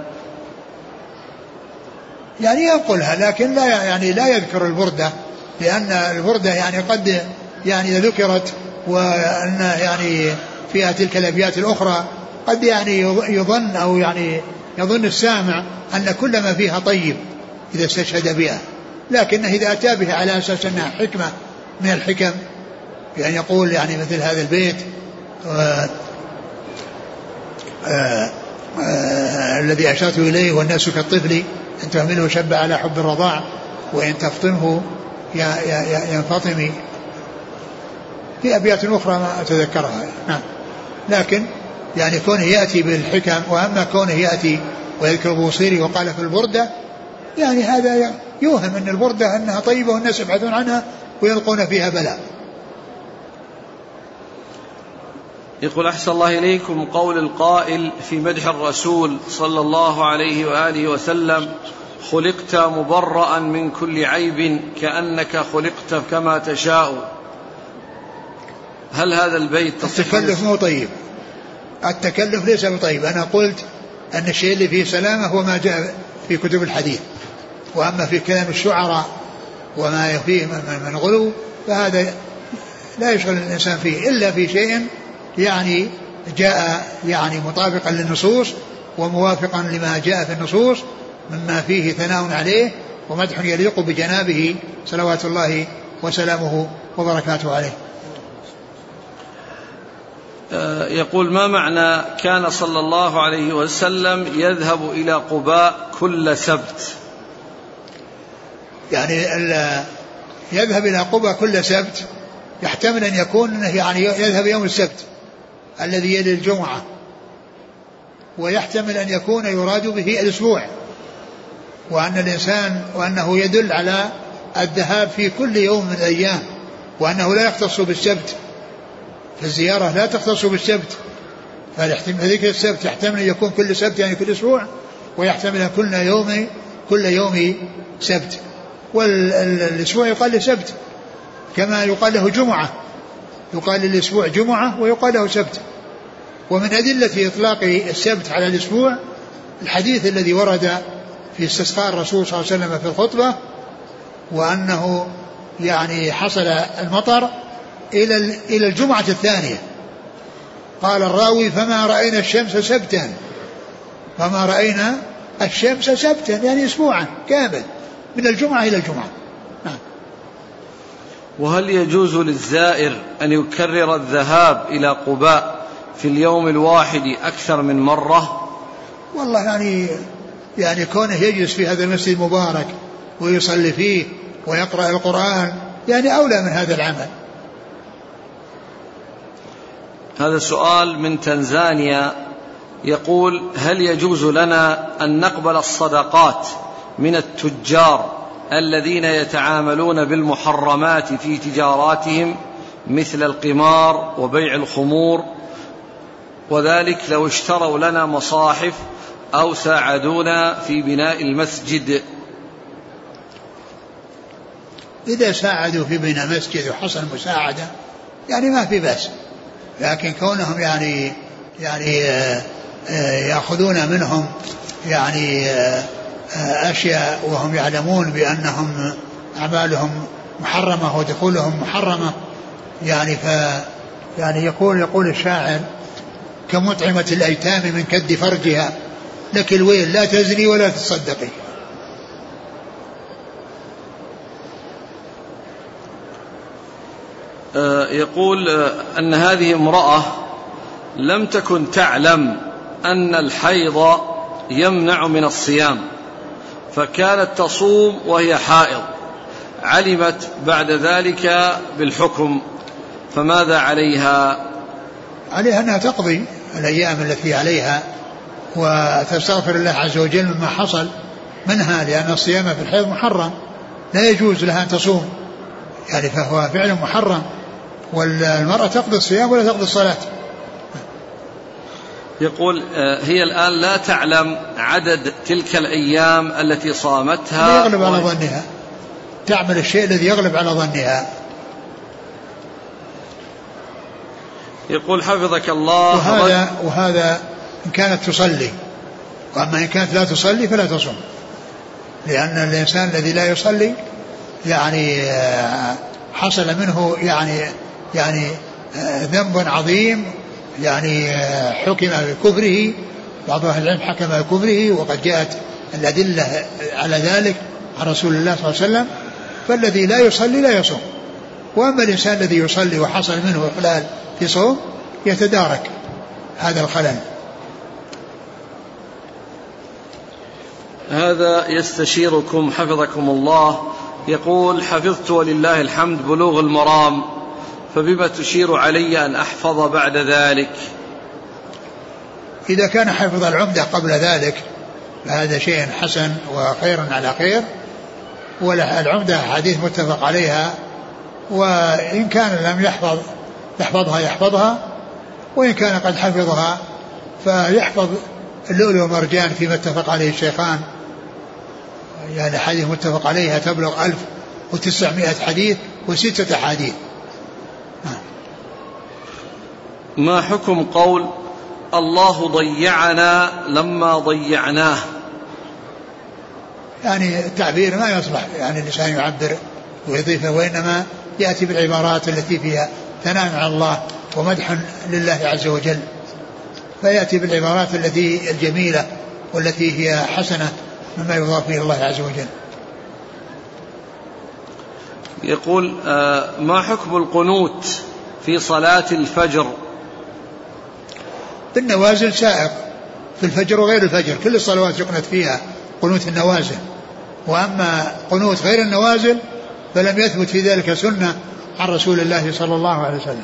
يعني ينقلها لكن لا يعني لا يذكر البردة، لأن البردة يعني قد يعني ذكرت وأن يعني فيها تلك الأبيات الأخرى قد يعني يظن أو يعني يظن السامع أن كل ما فيها طيب إذا استشهد بها، لكنه إذا أتى بها على أساس أنها حكمة من الحكم، يعني يقول يعني مثل هذا البيت آآ آآ آآ الذي أشرت إليه والناس كالطفل إن تهمله شب على حب الرضاع وإن تفطمه ينفطم. في أبيات أخرى ما أتذكرها. نعم. لكن يعني كونه يأتي بالحكم، وأما كونه يأتي ويذكر بوصيري وقال في البردة يعني هذا يوهم أن البردة أنها طيبة والناس يبحثون عنها ويلقون فيها بلاء. يقول أحسن الله إليكم قول القائل في مدح الرسول صلى الله عليه وآله وسلم خلقت مبرأ من كل عيب كأنك خلقت كما تشاء، هل هذا البيت التكلف مو طيب؟ التكلف ليس بطيب. أنا قلت أن الشيء اللي فيه سلامة هو ما جاء في كتب الحديث، وأما في كلام الشعراء وما فيه من غلو فهذا لا يشغل الإنسان فيه إلا في شيء يعني جاء يعني مطابقا للنصوص وموافقا لما جاء في النصوص مما فيه ثناء عليه ومدح يليق بجنابه صلوات الله وسلامه وبركاته عليه. يقول ما معنى كان صلى الله عليه وسلم يذهب إلى قباء كل سبت؟ يعني يذهب إلى قباء كل سبت يحتمل أن يكون يعني يذهب يوم السبت الذي يلي الجمعة، ويحتمل أن يكون يراد به الأسبوع، وأن الإنسان وأنه يدل على الذهاب في كل يوم من الأيام، وأنه لا يختص بالسبت، فالزيارة لا تختص بالسبت، فذكر السبت يحتمل أن يكون كل سبت يعني كل أسبوع، ويحتمل كل يوم كل يوم سبت، والأسبوع يقال له سبت كما يقال له جمعة، يقال للأسبوع جمعة ويقال له سبت. ومن أدلة إطلاق السبت على الأسبوع الحديث الذي ورد في استسقاء الرسول صلى الله عليه وسلم في الخطبة، وأنه يعني حصل المطر إلى إلى الجمعة الثانية، قال الراوي فما رأينا الشمس سبتا، فما رأينا الشمس سبتا يعني أسبوعا كامل من الجمعة إلى الجمعة. نعم. وهل يجوز للزائر أن يكرر الذهاب إلى قباء في اليوم الواحد أكثر من مرة؟ والله يعني يعني كونه يجلس في هذا المسجد المبارك ويصلي فيه ويقرأ القرآن يعني أولى من هذا العمل. هذا سؤال من تنزانيا يقول هل يجوز لنا أن نقبل الصدقات من التجار الذين يتعاملون بالمحرمات في تجاراتهم مثل القمار وبيع الخمور، وذلك لو اشتروا لنا مصاحف أو ساعدونا في بناء المسجد؟ إذا ساعدوا في بناء مسجد وحصل مساعدة يعني ما في بأس، لكن كونهم يعني يعني يأخذون منهم يعني أشياء وهم يعلمون بأنهم أعمالهم محرمة ودخولهم محرمة، يعني ف يعني يقول يقول الشاعر كمطعمة الأيتام من كد فرجها لك الويل لا تزني ولا تصدقي. يقول أن هذه امرأة لم تكن تعلم أن الحيض يمنع من الصيام فكانت تصوم وهي حائض، علمت بعد ذلك بالحكم، فماذا عليها؟ عليها أنها تقضي الأيام التي عليها وتستغفر الله عز وجل مما حصل منها، لأن الصيام في الحيض محرم لا يجوز لها أن تصوم يعني فهو فعل محرم، والمرأة تقضي الصيام ولا تقضي الصلاة. يقول هي الآن لا تعلم عدد تلك الأيام التي صامتها، يغلب على ظنها، تعمل الشيء الذي يغلب على ظنها. يقول حفظك الله وهذا, وهذا إن كانت تصلي، وأما إن كانت لا تصلي فلا تصوم، لأن الإنسان الذي لا يصلي يعني حصل منه يعني يعني ذنب عظيم، يعني حكم بكفره، بعض أهل العلم حكم بكفره، وقد جاءت الأدلة على ذلك عن رسول الله صلى الله عليه وسلم. فالذي لا يصلي لا يصوم، وأما الإنسان الذي يصلي وحصل منه إخلال في صوم يتدارك هذا الخلل. هذا يستشيركم حفظكم الله، يقول حفظت ولله الحمد بلوغ المرام، فبما تشير علي أن أحفظ بعد ذلك؟ إذا كان حفظ العمدة قبل ذلك فهذا شيء حسن وخير على خير، والعمدة حديث متفق عليها، وإن كان لم يحفظ يحفظها يحفظها، وإن كان قد حفظها فيحفظ اللؤلؤ والمرجان فيما اتفق عليه الشيخان، يعني حديث متفق عليها تبلغ ألف وتسعمائة حديث وستة حديث. ما حكم قول الله ضيعنا لما ضيعناه؟ يعني التعبير ما يصلح يعني الإنسان يعبر ويضيفه، وإنما يأتي بالعبارات التي فيها ثناء على الله ومدح لله عز وجل، فيأتي بالعبارات التي الجميلة والتي هي حسنة مما يضاف إلى الله عز وجل. يقول ما حكم القنوت في صلاة الفجر؟ بالنوازل سائق في الفجر وغير الفجر، كل الصلوات يقنت فيها قنوت النوازل، وأما قنوت غير النوازل فلم يثبت في ذلك سنة عن رسول الله صلى الله عليه وسلم.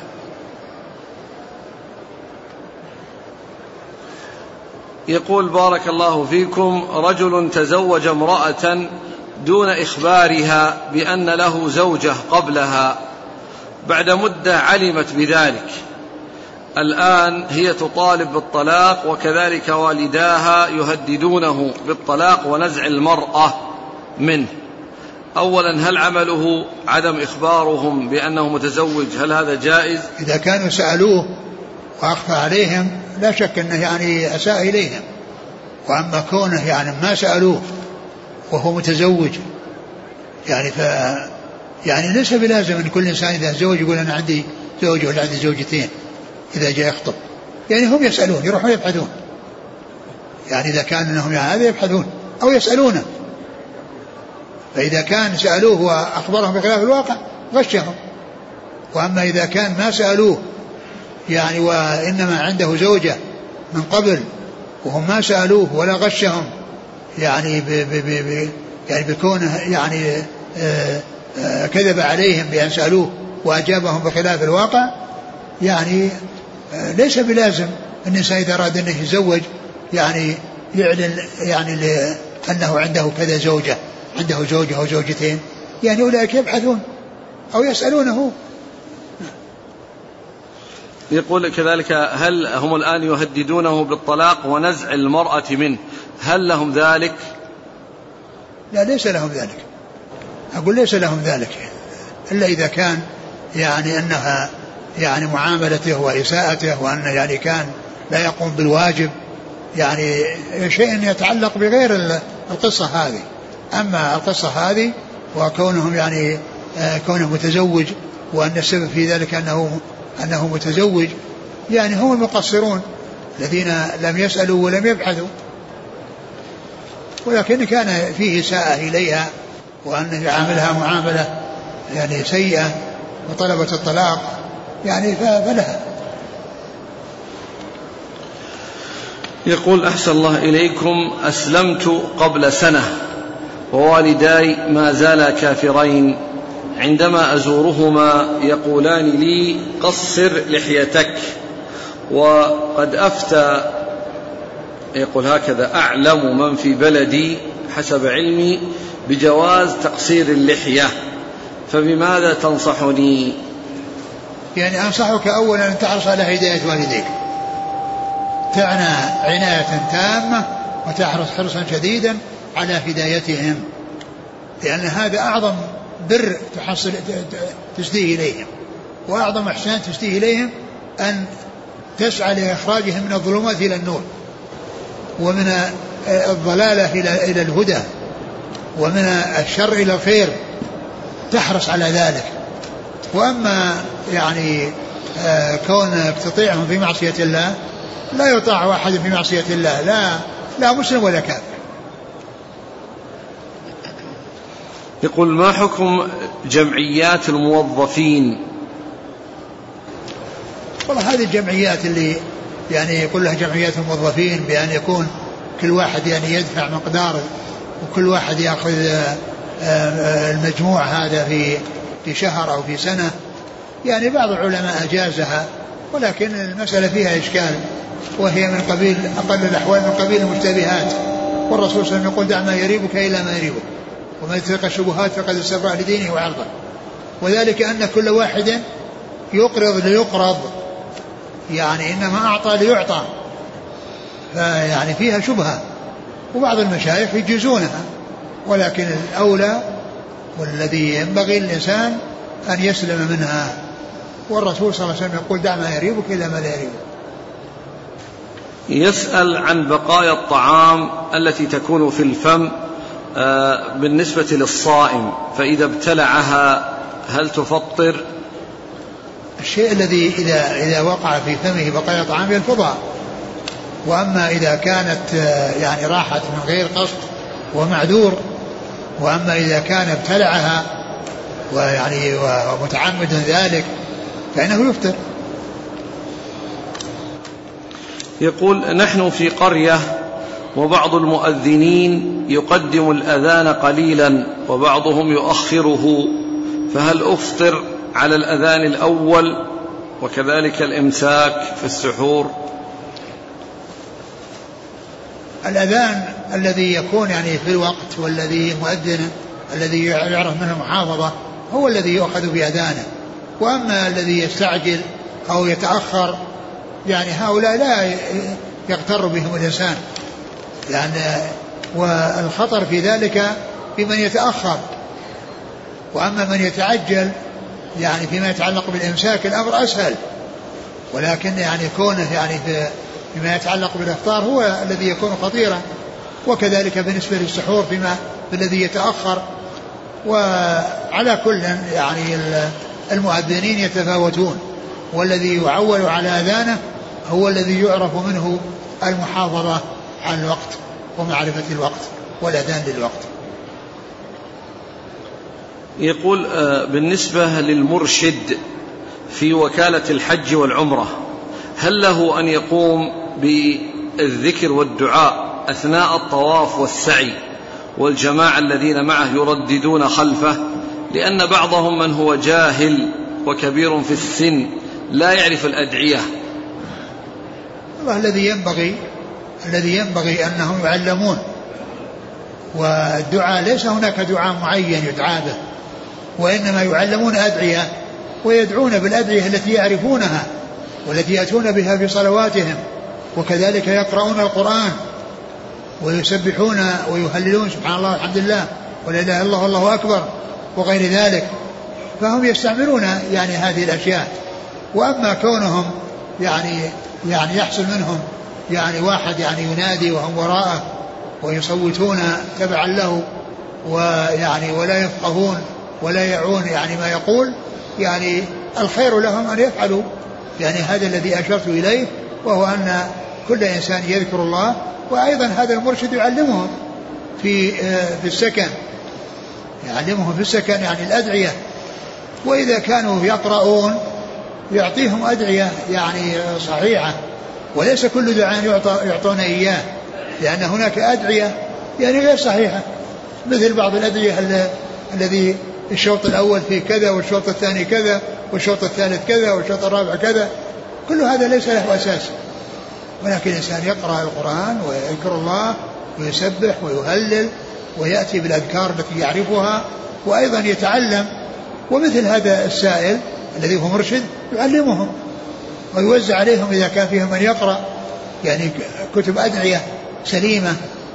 يقول بارك الله فيكم: رجل تزوج امرأة دون إخبارها بأن له زوجة قبلها، بعد مدة علمت بذلك، الآن هي تطالب بالطلاق وكذلك والداها يهددونه بالطلاق ونزع المرأة منه. أولا، هل عمله عدم إخبارهم بأنه متزوج هل هذا جائز؟ إذا كانوا سألوه وأخفى عليهم لا شك أنه يعني أساء إليهم. وأما كونه يعني ما سألوه وهو متزوج يعني ف يعني ليس بلازم أن كل إنسان إذا تزوج يقول أنا عندي زوج ولا عندي زوجتين إذا جاء يخطب. يعني هم يسألون، يروحون يبحثون، يعني إذا كان أنهم يعني هذا يبحثون أو يسألونه. فإذا كان سألوه وأخبرهم بخلاف الواقع غشهم. وأما إذا كان ما سألوه يعني وإنما عنده زوجة من قبل وهم ما سألوه ولا غشهم يعني ب ب ب ب يعني بكونه يعني آآ آآ كذب عليهم بأن سألوه وأجابهم بخلاف الواقع، يعني ليس بلازم أن الإنسان إذا أراد أنه يتزوج يعني يعلن يعني أنه عنده كذا زوجة، عنده زوجة أو زوجتين، يعني أولئك يبحثون أو يسألونه. يقول كذلك: هل هم الآن يهددونه بالطلاق ونزع المرأة منه، هل لهم ذلك؟ لا، ليس لهم ذلك. أقول ليس لهم ذلك إلا إذا كان يعني أنها يعني معاملته وإساءته وأن يعني كان لا يقوم بالواجب، يعني شيء يتعلق بغير القصة هذه. أما القصة هذه وكونهم يعني كونه متزوج وأن السبب في ذلك أنه أنه متزوج، يعني هم المقصرون الذين لم يسألوا ولم يبحثوا، ولكن كان فيه إساءة إليها وأن يعاملها معاملة يعني سيئة وطلبت الطلاق يعني فلها. يقول: أحسن الله إليكم، أسلمت قبل سنة ووالداي ما زالا كافرين، عندما أزورهما يقولان لي قصر لحيتك، وقد أفتى يقول هكذا: أعلم من في بلدي حسب علمي بجواز تقصير اللحية، فبماذا تنصحني؟ يعني أنصحك أولا أن تحرص على هداية والديك، تعنى عناية تامة وتحرص حرصا شديدا على هدايتهم، لأن هذا أعظم بر تحصل تسديه إليهم، وأعظم إحسان تسديه إليهم أن تسعى لإخراجهم من الظلمات إلى النور، ومن الضلالة إلى الهدى، ومن الشر إلى الخير، تحرص على ذلك. وأما يعني كونك تطيعهم في معصية الله، لا يطاع أحد في معصية الله، لا لا مسلم ولا كافر. يقول: ما حكم جمعيات الموظفين؟ والله هذه الجمعيات اللي يعني يقول لها جمعيات الموظفين بأن يكون كل واحد يعني يدفع مقدار وكل واحد يأخذ المجموع هذا في في شهر أو في سنة، يعني بعض العلماء أجازها، ولكن المسألة فيها إشكال، وهي من قبيل أقل الأحوال من قبيل المشتبهات، والرسول صلى الله عليه وسلم يقول: دع ما يريبك إلى ما يريبك، وما يترك الشبهات فقد استبرأ لدينه وعرضه. وذلك أن كل واحد يقرض ليقرض، يعني إنما أعطى ليعطى، فيعني فيها شبهة، وبعض المشايخ يجيزونها، ولكن الأولى والذي ينبغي للإنسان أن يسلم منها، والرسول صلى الله عليه وسلم يقول: دع ما يريبك إلى ما لا يريبك. يسأل عن بقايا الطعام التي تكون في الفم بالنسبة للصائم، فإذا ابتلعها هل تفطر؟ الشيء الذي إذا, إذا وقع في فمه بقايا طعام ينفضها، وأما إذا كانت يعني راحت من غير قصد ومعذور، وأما إذا كان ابتلعها ويعني ومتعمد ذلك فإنه يفطر. يقول: نحن في قرية وبعض المؤذنين يقدم الأذان قليلا وبعضهم يؤخره، فهل أفطر على الأذان الأول وكذلك الإمساك في السحور؟ الأذان الذي يكون يعني في الوقت والذي مؤذن الذي يعرف منه محافظة هو الذي يؤخذ بأذانه، وأما الذي يستعجل أو يتأخر يعني هؤلاء لا يغتر بهم الإنسان، يعني والخطر في ذلك بمن يتأخر. وأما من يتعجل يعني فيما يتعلق بالإمساك الأمر أسهل، ولكن يعني كونه يعني فيما يتعلق بالإفطار هو الذي يكون خطيرا، وكذلك بالنسبة للسحور فيما الذي يتأخر. وعلى كل يعني المؤذنين يتفاوتون، والذي يعول على أذانه هو الذي يعرف منه المحافظة على الوقت ومعرفة الوقت والأذان للوقت. يقول بالنسبة للمرشد في وكالة الحج والعمرة، هل له أن يقوم بالذكر والدعاء أثناء الطواف والسعي والجماعة الذين معه يرددون خلفه؟ لأن بعضهم من هو جاهل وكبير في السن لا يعرف الأدعية. الله الذي ينبغي الذي ينبغي أنهم يعلمون، والدعاء ليس هناك دعاء معين يدعى به، وإنما يعلمون أدعية ويدعون بالأدعية التي يعرفونها والتي يأتون بها في صلواتهم، وكذلك يقرؤون القرآن ويسبحون ويهللون سبحان الله والحمد لله ولا إله إلا الله والله أكبر وغير ذلك، فهم يستعملون يعني هذه الأشياء. وأما كونهم يعني يعني يحصل منهم يعني واحد يعني ينادي وهم وراءه ويصوتون تبعا له ويعني ولا يفقهون ولا يعون يعني ما يقول، يعني الخير لهم أن يفعلوا يعني هذا الذي أشرت إليه، وهو أن كل إنسان يذكر الله. وأيضا هذا المرشد يعلمهم في في السكن يعلمهم في السكن يعني الأدعية، وإذا كانوا يقرؤون يعطيهم أدعية يعني صحيحة، وليس كل دعاء يعطون إياه، لأن هناك أدعية يعني غير صحيحة، مثل بعض الأدعية الذي الشوط الأول فيه كذا والشوط الثاني كذا والشوط الثالث كذا والشوط الرابع كذا، كل هذا ليس له أساس. ولكن الإنسان يقرأ القرآن ويذكر الله ويسبح ويهلل ويأتي بالأذكار التي يعرفها، وأيضا يتعلم. ومثل هذا السائل الذي هو مرشد يعلمهم ويوزع عليهم إذا كان فيهم من يقرأ يعني كتب أدعية سليمة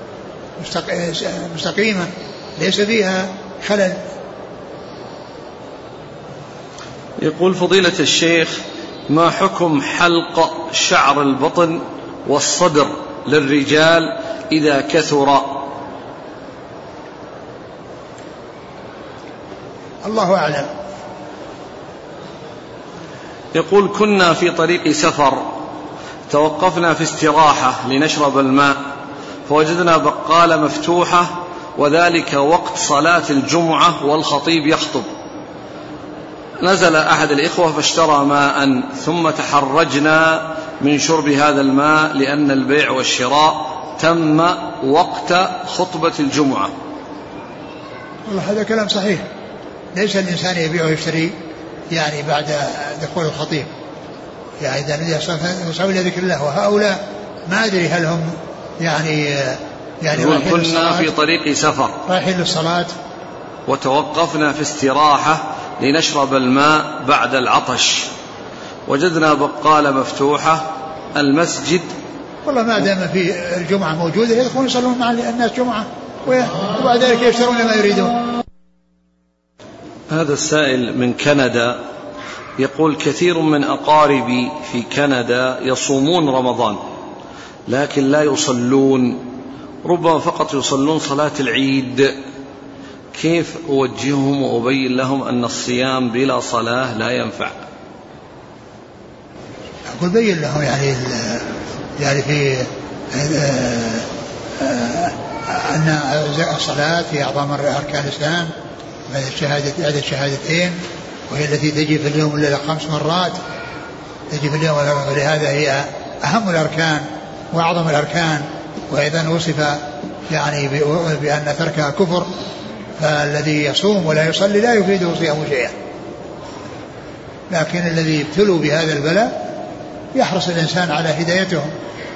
مستقيمة ليس فيها خلل. يقول فضيلة الشيخ: ما حكم حلق شعر البطن والصدر للرجال إذا كثر؟ الله أعلم. يقول: كنا في طريق سفر توقفنا في استراحة لنشرب الماء، فوجدنا بقالة مفتوحة وذلك وقت صلاة الجمعة والخطيب يخطب. نزل أحد الإخوة فاشترى ماء، ثم تحرجنا من شرب هذا الماء لأن البيع والشراء تم وقت خطبة الجمعة. والله هذا كلام صحيح، ليس الإنسان يبيع ويشتري يعني بعد دخول الخطيب، يعني إذا الذي يصعب إلى ذكر الله. وهؤلاء ما أدري هل هم يعني يعني كنا في طريق سفر رايحين للصلاة وتوقفنا في استراحة لنشرب الماء بعد العطش، وجدنا بقالة مفتوحة المسجد. والله ما دام في الجمعة موجودة يدخلون يصلون مع الناس جمعة وبعد ذلك يشترون ما يريدون. هذا السائل من كندا يقول: كثير من أقاربي في كندا يصومون رمضان لكن لا يصلون، ربما فقط يصلون صلاة العيد، كيف أوجههم وأبين لهم أن الصيام بلا صلاة لا ينفع؟ أقول بين لهم يعني يعني في أن الصلاة هي أعظم أركان الإسلام بعد الشهادة بعد الشهادتين، وهي التي تجي في اليوم إلا خمس مرات تجي في اليوم، ولهذا هي أهم الأركان وأعظم الأركان. وأيضا وصف يعني بأن تركها كفر، فالذي يصوم ولا يصلي لا يفيده صيامه شيئا. لكن الذي ابتلوا بهذا البلاء يحرص الإنسان على هدايتهم.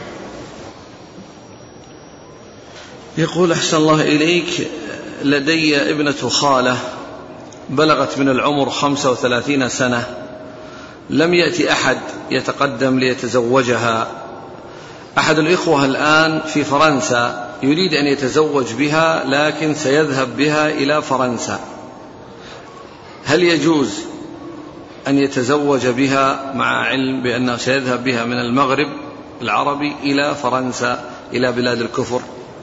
يقول أحسن الله إليك: لدي ابنة خالة بلغت من العمر خمسة وثلاثين سنة، لم يأتي أحد يتقدم ليتزوجها. أحد الإخوة الآن في فرنسا يريد أن يتزوج بها، لكن سيذهب بها إلى فرنسا. هل يجوز أن يتزوج بها مع علم بأنه سيذهب بها من المغرب العربي إلى فرنسا إلى بلاد الكفر؟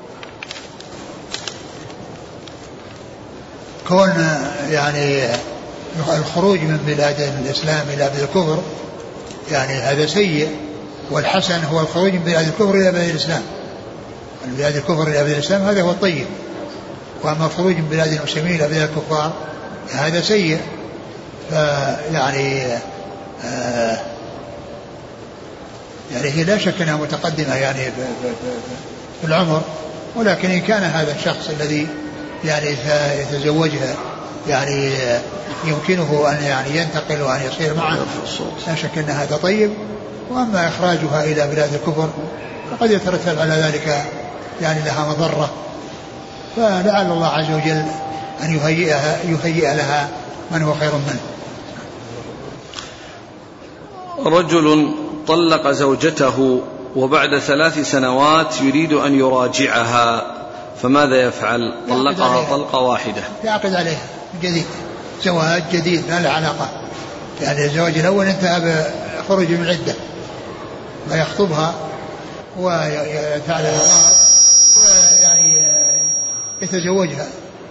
كون يعني الخروج من بلاد الإسلام إلى بلاد الكفر يعني هذا سيء، والحسن هو الخروج من بلاد الكفر إلى بلاد الإسلام. من بلاد الكفر إلى بلاد الإسلام هذا هو الطيب، وأما الخروج من بلاد المسلمين إلى بلاد الكفار هذا سيء. فيعني آه يعني هي لا شك أنها متقدمة يعني في العمر، ولكن إن كان هذا الشخص الذي يعني يتزوجها يعني يمكنه أن يعني ينتقل وأن يصير معه، لا شك أن هذا طيب. وأما إخراجها إلى بلاد الكفر فقد يترتب على ذلك يعني لها مضرة، فلعل الله عز وجل أن يهيئها يهيئ لها من هو خير منه. رجل طلق زوجته وبعد ثلاث سنوات يريد أن يراجعها، فماذا يفعل؟ طلقها طلقة واحدة. يعقد عليها جديد، زواج جديد ما له علاقة، يعني الزواج الأول انتهى بخروج من العدة، ويخطبها ويفعل لها ويعني يتزوجها.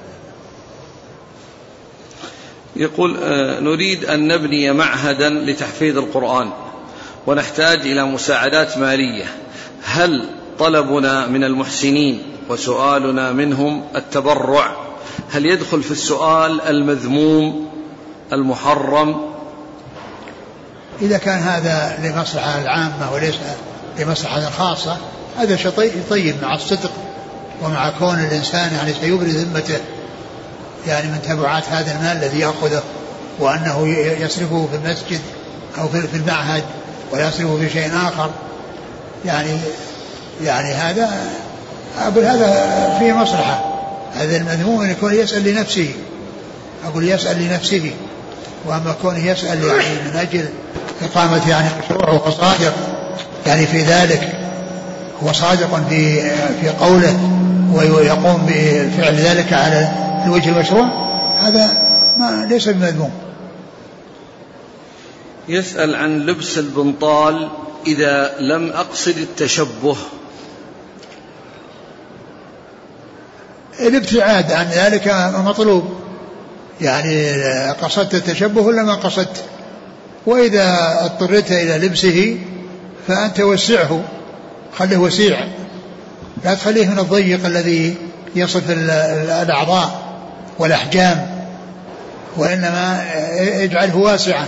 يقول: نريد أن نبني معهدا لتحفيظ القرآن ونحتاج إلى مساعدات مالية، هل طلبنا من المحسنين وسؤالنا منهم التبرع هل يدخل في السؤال المذموم المحرم؟ إذا كان هذا لمصلحة العامة وليس لمصلحة خاصة هذا شيء طيب، مع الصدق ومع كون الإنسان يعني سيبرز ذمته يعني من تبعات هذا المال الذي يأخذه، وأنه يصرفه في المسجد أو في المعهد ولا يصرفه في شيء آخر، يعني يعني هذا أقول هذا فيه مصلحة. هذا المذموم أن يكون يسأل لنفسه، أقول يسأل لنفسه، وأما كونه يسأل يعني من أجل إقامة يعني مشروع وهو صادق يعني في ذلك، هو صادق في في قوله ويقوم بفعل ذلك على الوجه المشروع، هذا ما ليس بمذموم. يسأل عن لبس البنطال إذا لم أقصد التشبه. الابتعاد عن ذلك مطلوب، يعني قصدت التشبه ولا ما قصدت، وإذا اضطريت إلى لبسه فأنت وسعه، خليه وسيع، لا تخليه من الضيق الذي يصف الأعضاء والأحجام، وإنما اجعله واسعا.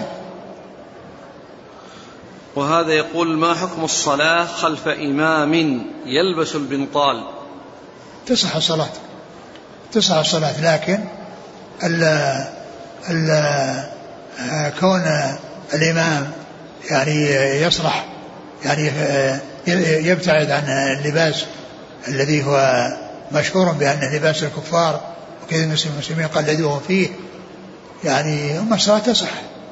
وهذا يقول: ما حكم الصلاة خلف إمام يلبس البنطال؟ تصح الصلاة، تصح الصلاة، لكن ال ال كون الإمام يعني يصرح يعني يبتعد عن اللباس الذي هو مشهور بأنه لباس الكفار وكذا المسلمين قلدوهم فيه، يعني أما الصلاة تصح.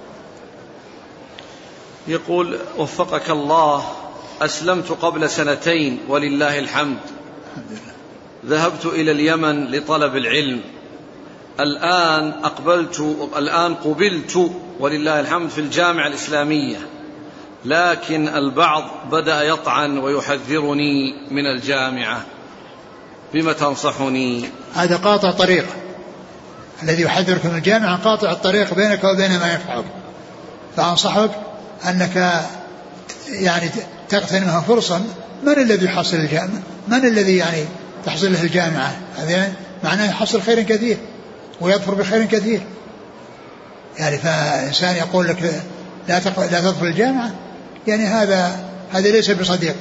يقول: وفقك الله، أسلمت قبل سنتين ولله الحمد، ذهبت إلى اليمن لطلب العلم، الآن أقبلت الآن قبلت ولله الحمد في الجامعة الإسلامية، لكن البعض بدأ يطعن ويحذرني من الجامعة، بما تنصحني؟ هذا قاطع طريق، الذي يحذرك من الجامعة قاطع الطريق بينك وبين ما ينفعك، فأنصحك أنك يعني تغتنمها فرصة. من الذي يحصل الجامعة؟ من الذي يعني تحصل له الجامعة؟ هذا معناه يحصل خير كثير ويظفر بخير كثير، يعني فإنسان يقول لك لا لا تدخل الجامعة، يعني هذا هذا ليس بصديق.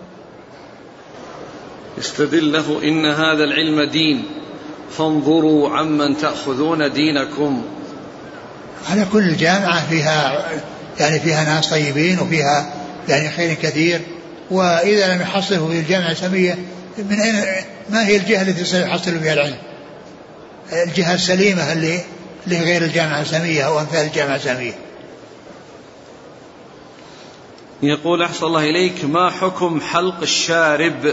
استدل له: إن هذا العلم دين فانظروا عمن تأخذون دينكم. على كل جامعة فيها يعني فيها ناس طيبين وفيها يعني خير كثير، وإذا لم يحصله في الجامعة الإسلامية من أين ما هي الجهة التي سيحصل بها العلم؟ الجهة السليمة اللي لغير الجامعة الإسلامية أو أمثال الجامعة الإسلامية. يقول أحسن الله إليك: ما حكم حلق الشارب؟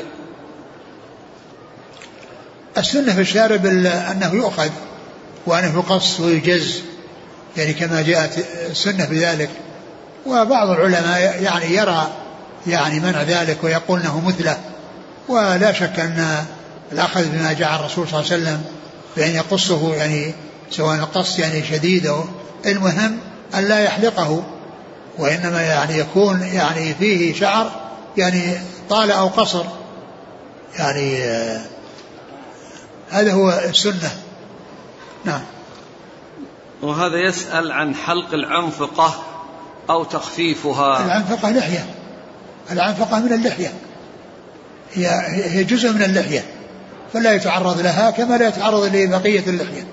السنة في الشارب أنه يؤخذ وأنه يقص ويجز، يعني كما جاءت السنة بذلك. وبعض العلماء يعني يرى يعني منع ذلك ويقول أنه مثله، ولا شك أن الأخذ بما جاء الرسول صلى الله عليه وسلم بأن يقصه يعني سواء القص يعني شديد، المهم أن لا يحلقه، وإنما يعني يكون يعني فيه شعر يعني طال أو قصر، يعني آه هذا هو السنة. نعم. وهذا يسأل عن حلق العنفقة أو تخفيفها. العنفقة لحية، العنفقة من اللحية، هي هي جزء من اللحية، فلا يتعرض لها كما لا يتعرض لبقية اللحية.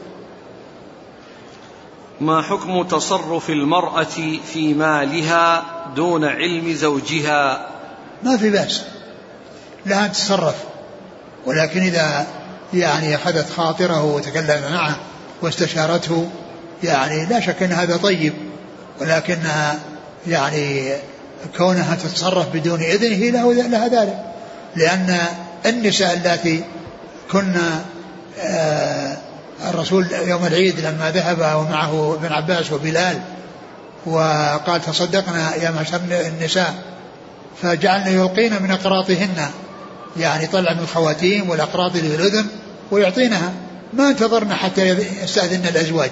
ما حكم تصرف المرأة في مالها دون علم زوجها؟ ما في بأس لها أن تتصرف، ولكن إذا يعني أخذت خاطره وتكلم معه واستشارته يعني لا شك أن هذا طيب، ولكنها يعني كونها تتصرف بدون إذنه لها ذلك، لأن النساء التي كنا آه الرسول يوم العيد لما ذهب ومعه ابن عباس وبلال وقال تصدقنا يا معشر النساء، فجعلنا يلقين من أقراطهن، يعني طلع من الخواتيم والأقراط اللي في الأذن ويعطينها، ما انتظرنا حتى يستأذن الأزواج.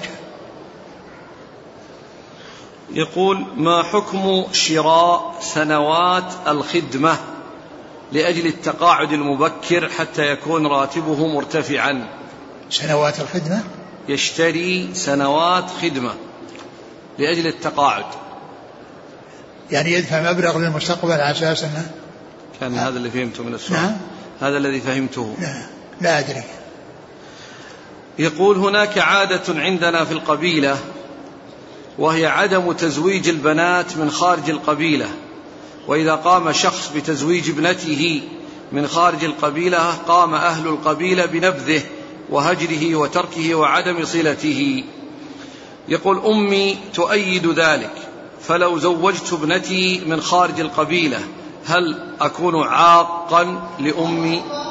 يقول: ما حكم شراء سنوات الخدمة لأجل التقاعد المبكر حتى يكون راتبه مرتفعا؟ سنوات الخدمة، يشتري سنوات خدمة لأجل التقاعد، يعني يدفع مبلغ للمستقبل على أساس أنه كان هذا اللي فهمته من السؤال. نعم. هذا الذي فهمته. لا, لا أدري. يقول: هناك عادة عندنا في القبيلة وهي عدم تزويج البنات من خارج القبيلة، وإذا قام شخص بتزويج ابنته من خارج القبيلة قام أهل القبيلة بنبذه وهجره وتركه وعدم صلته. يقول: أمي تؤيد ذلك، فلو زوجت ابنتي من خارج القبيلة هل أكون عاقا لأمي؟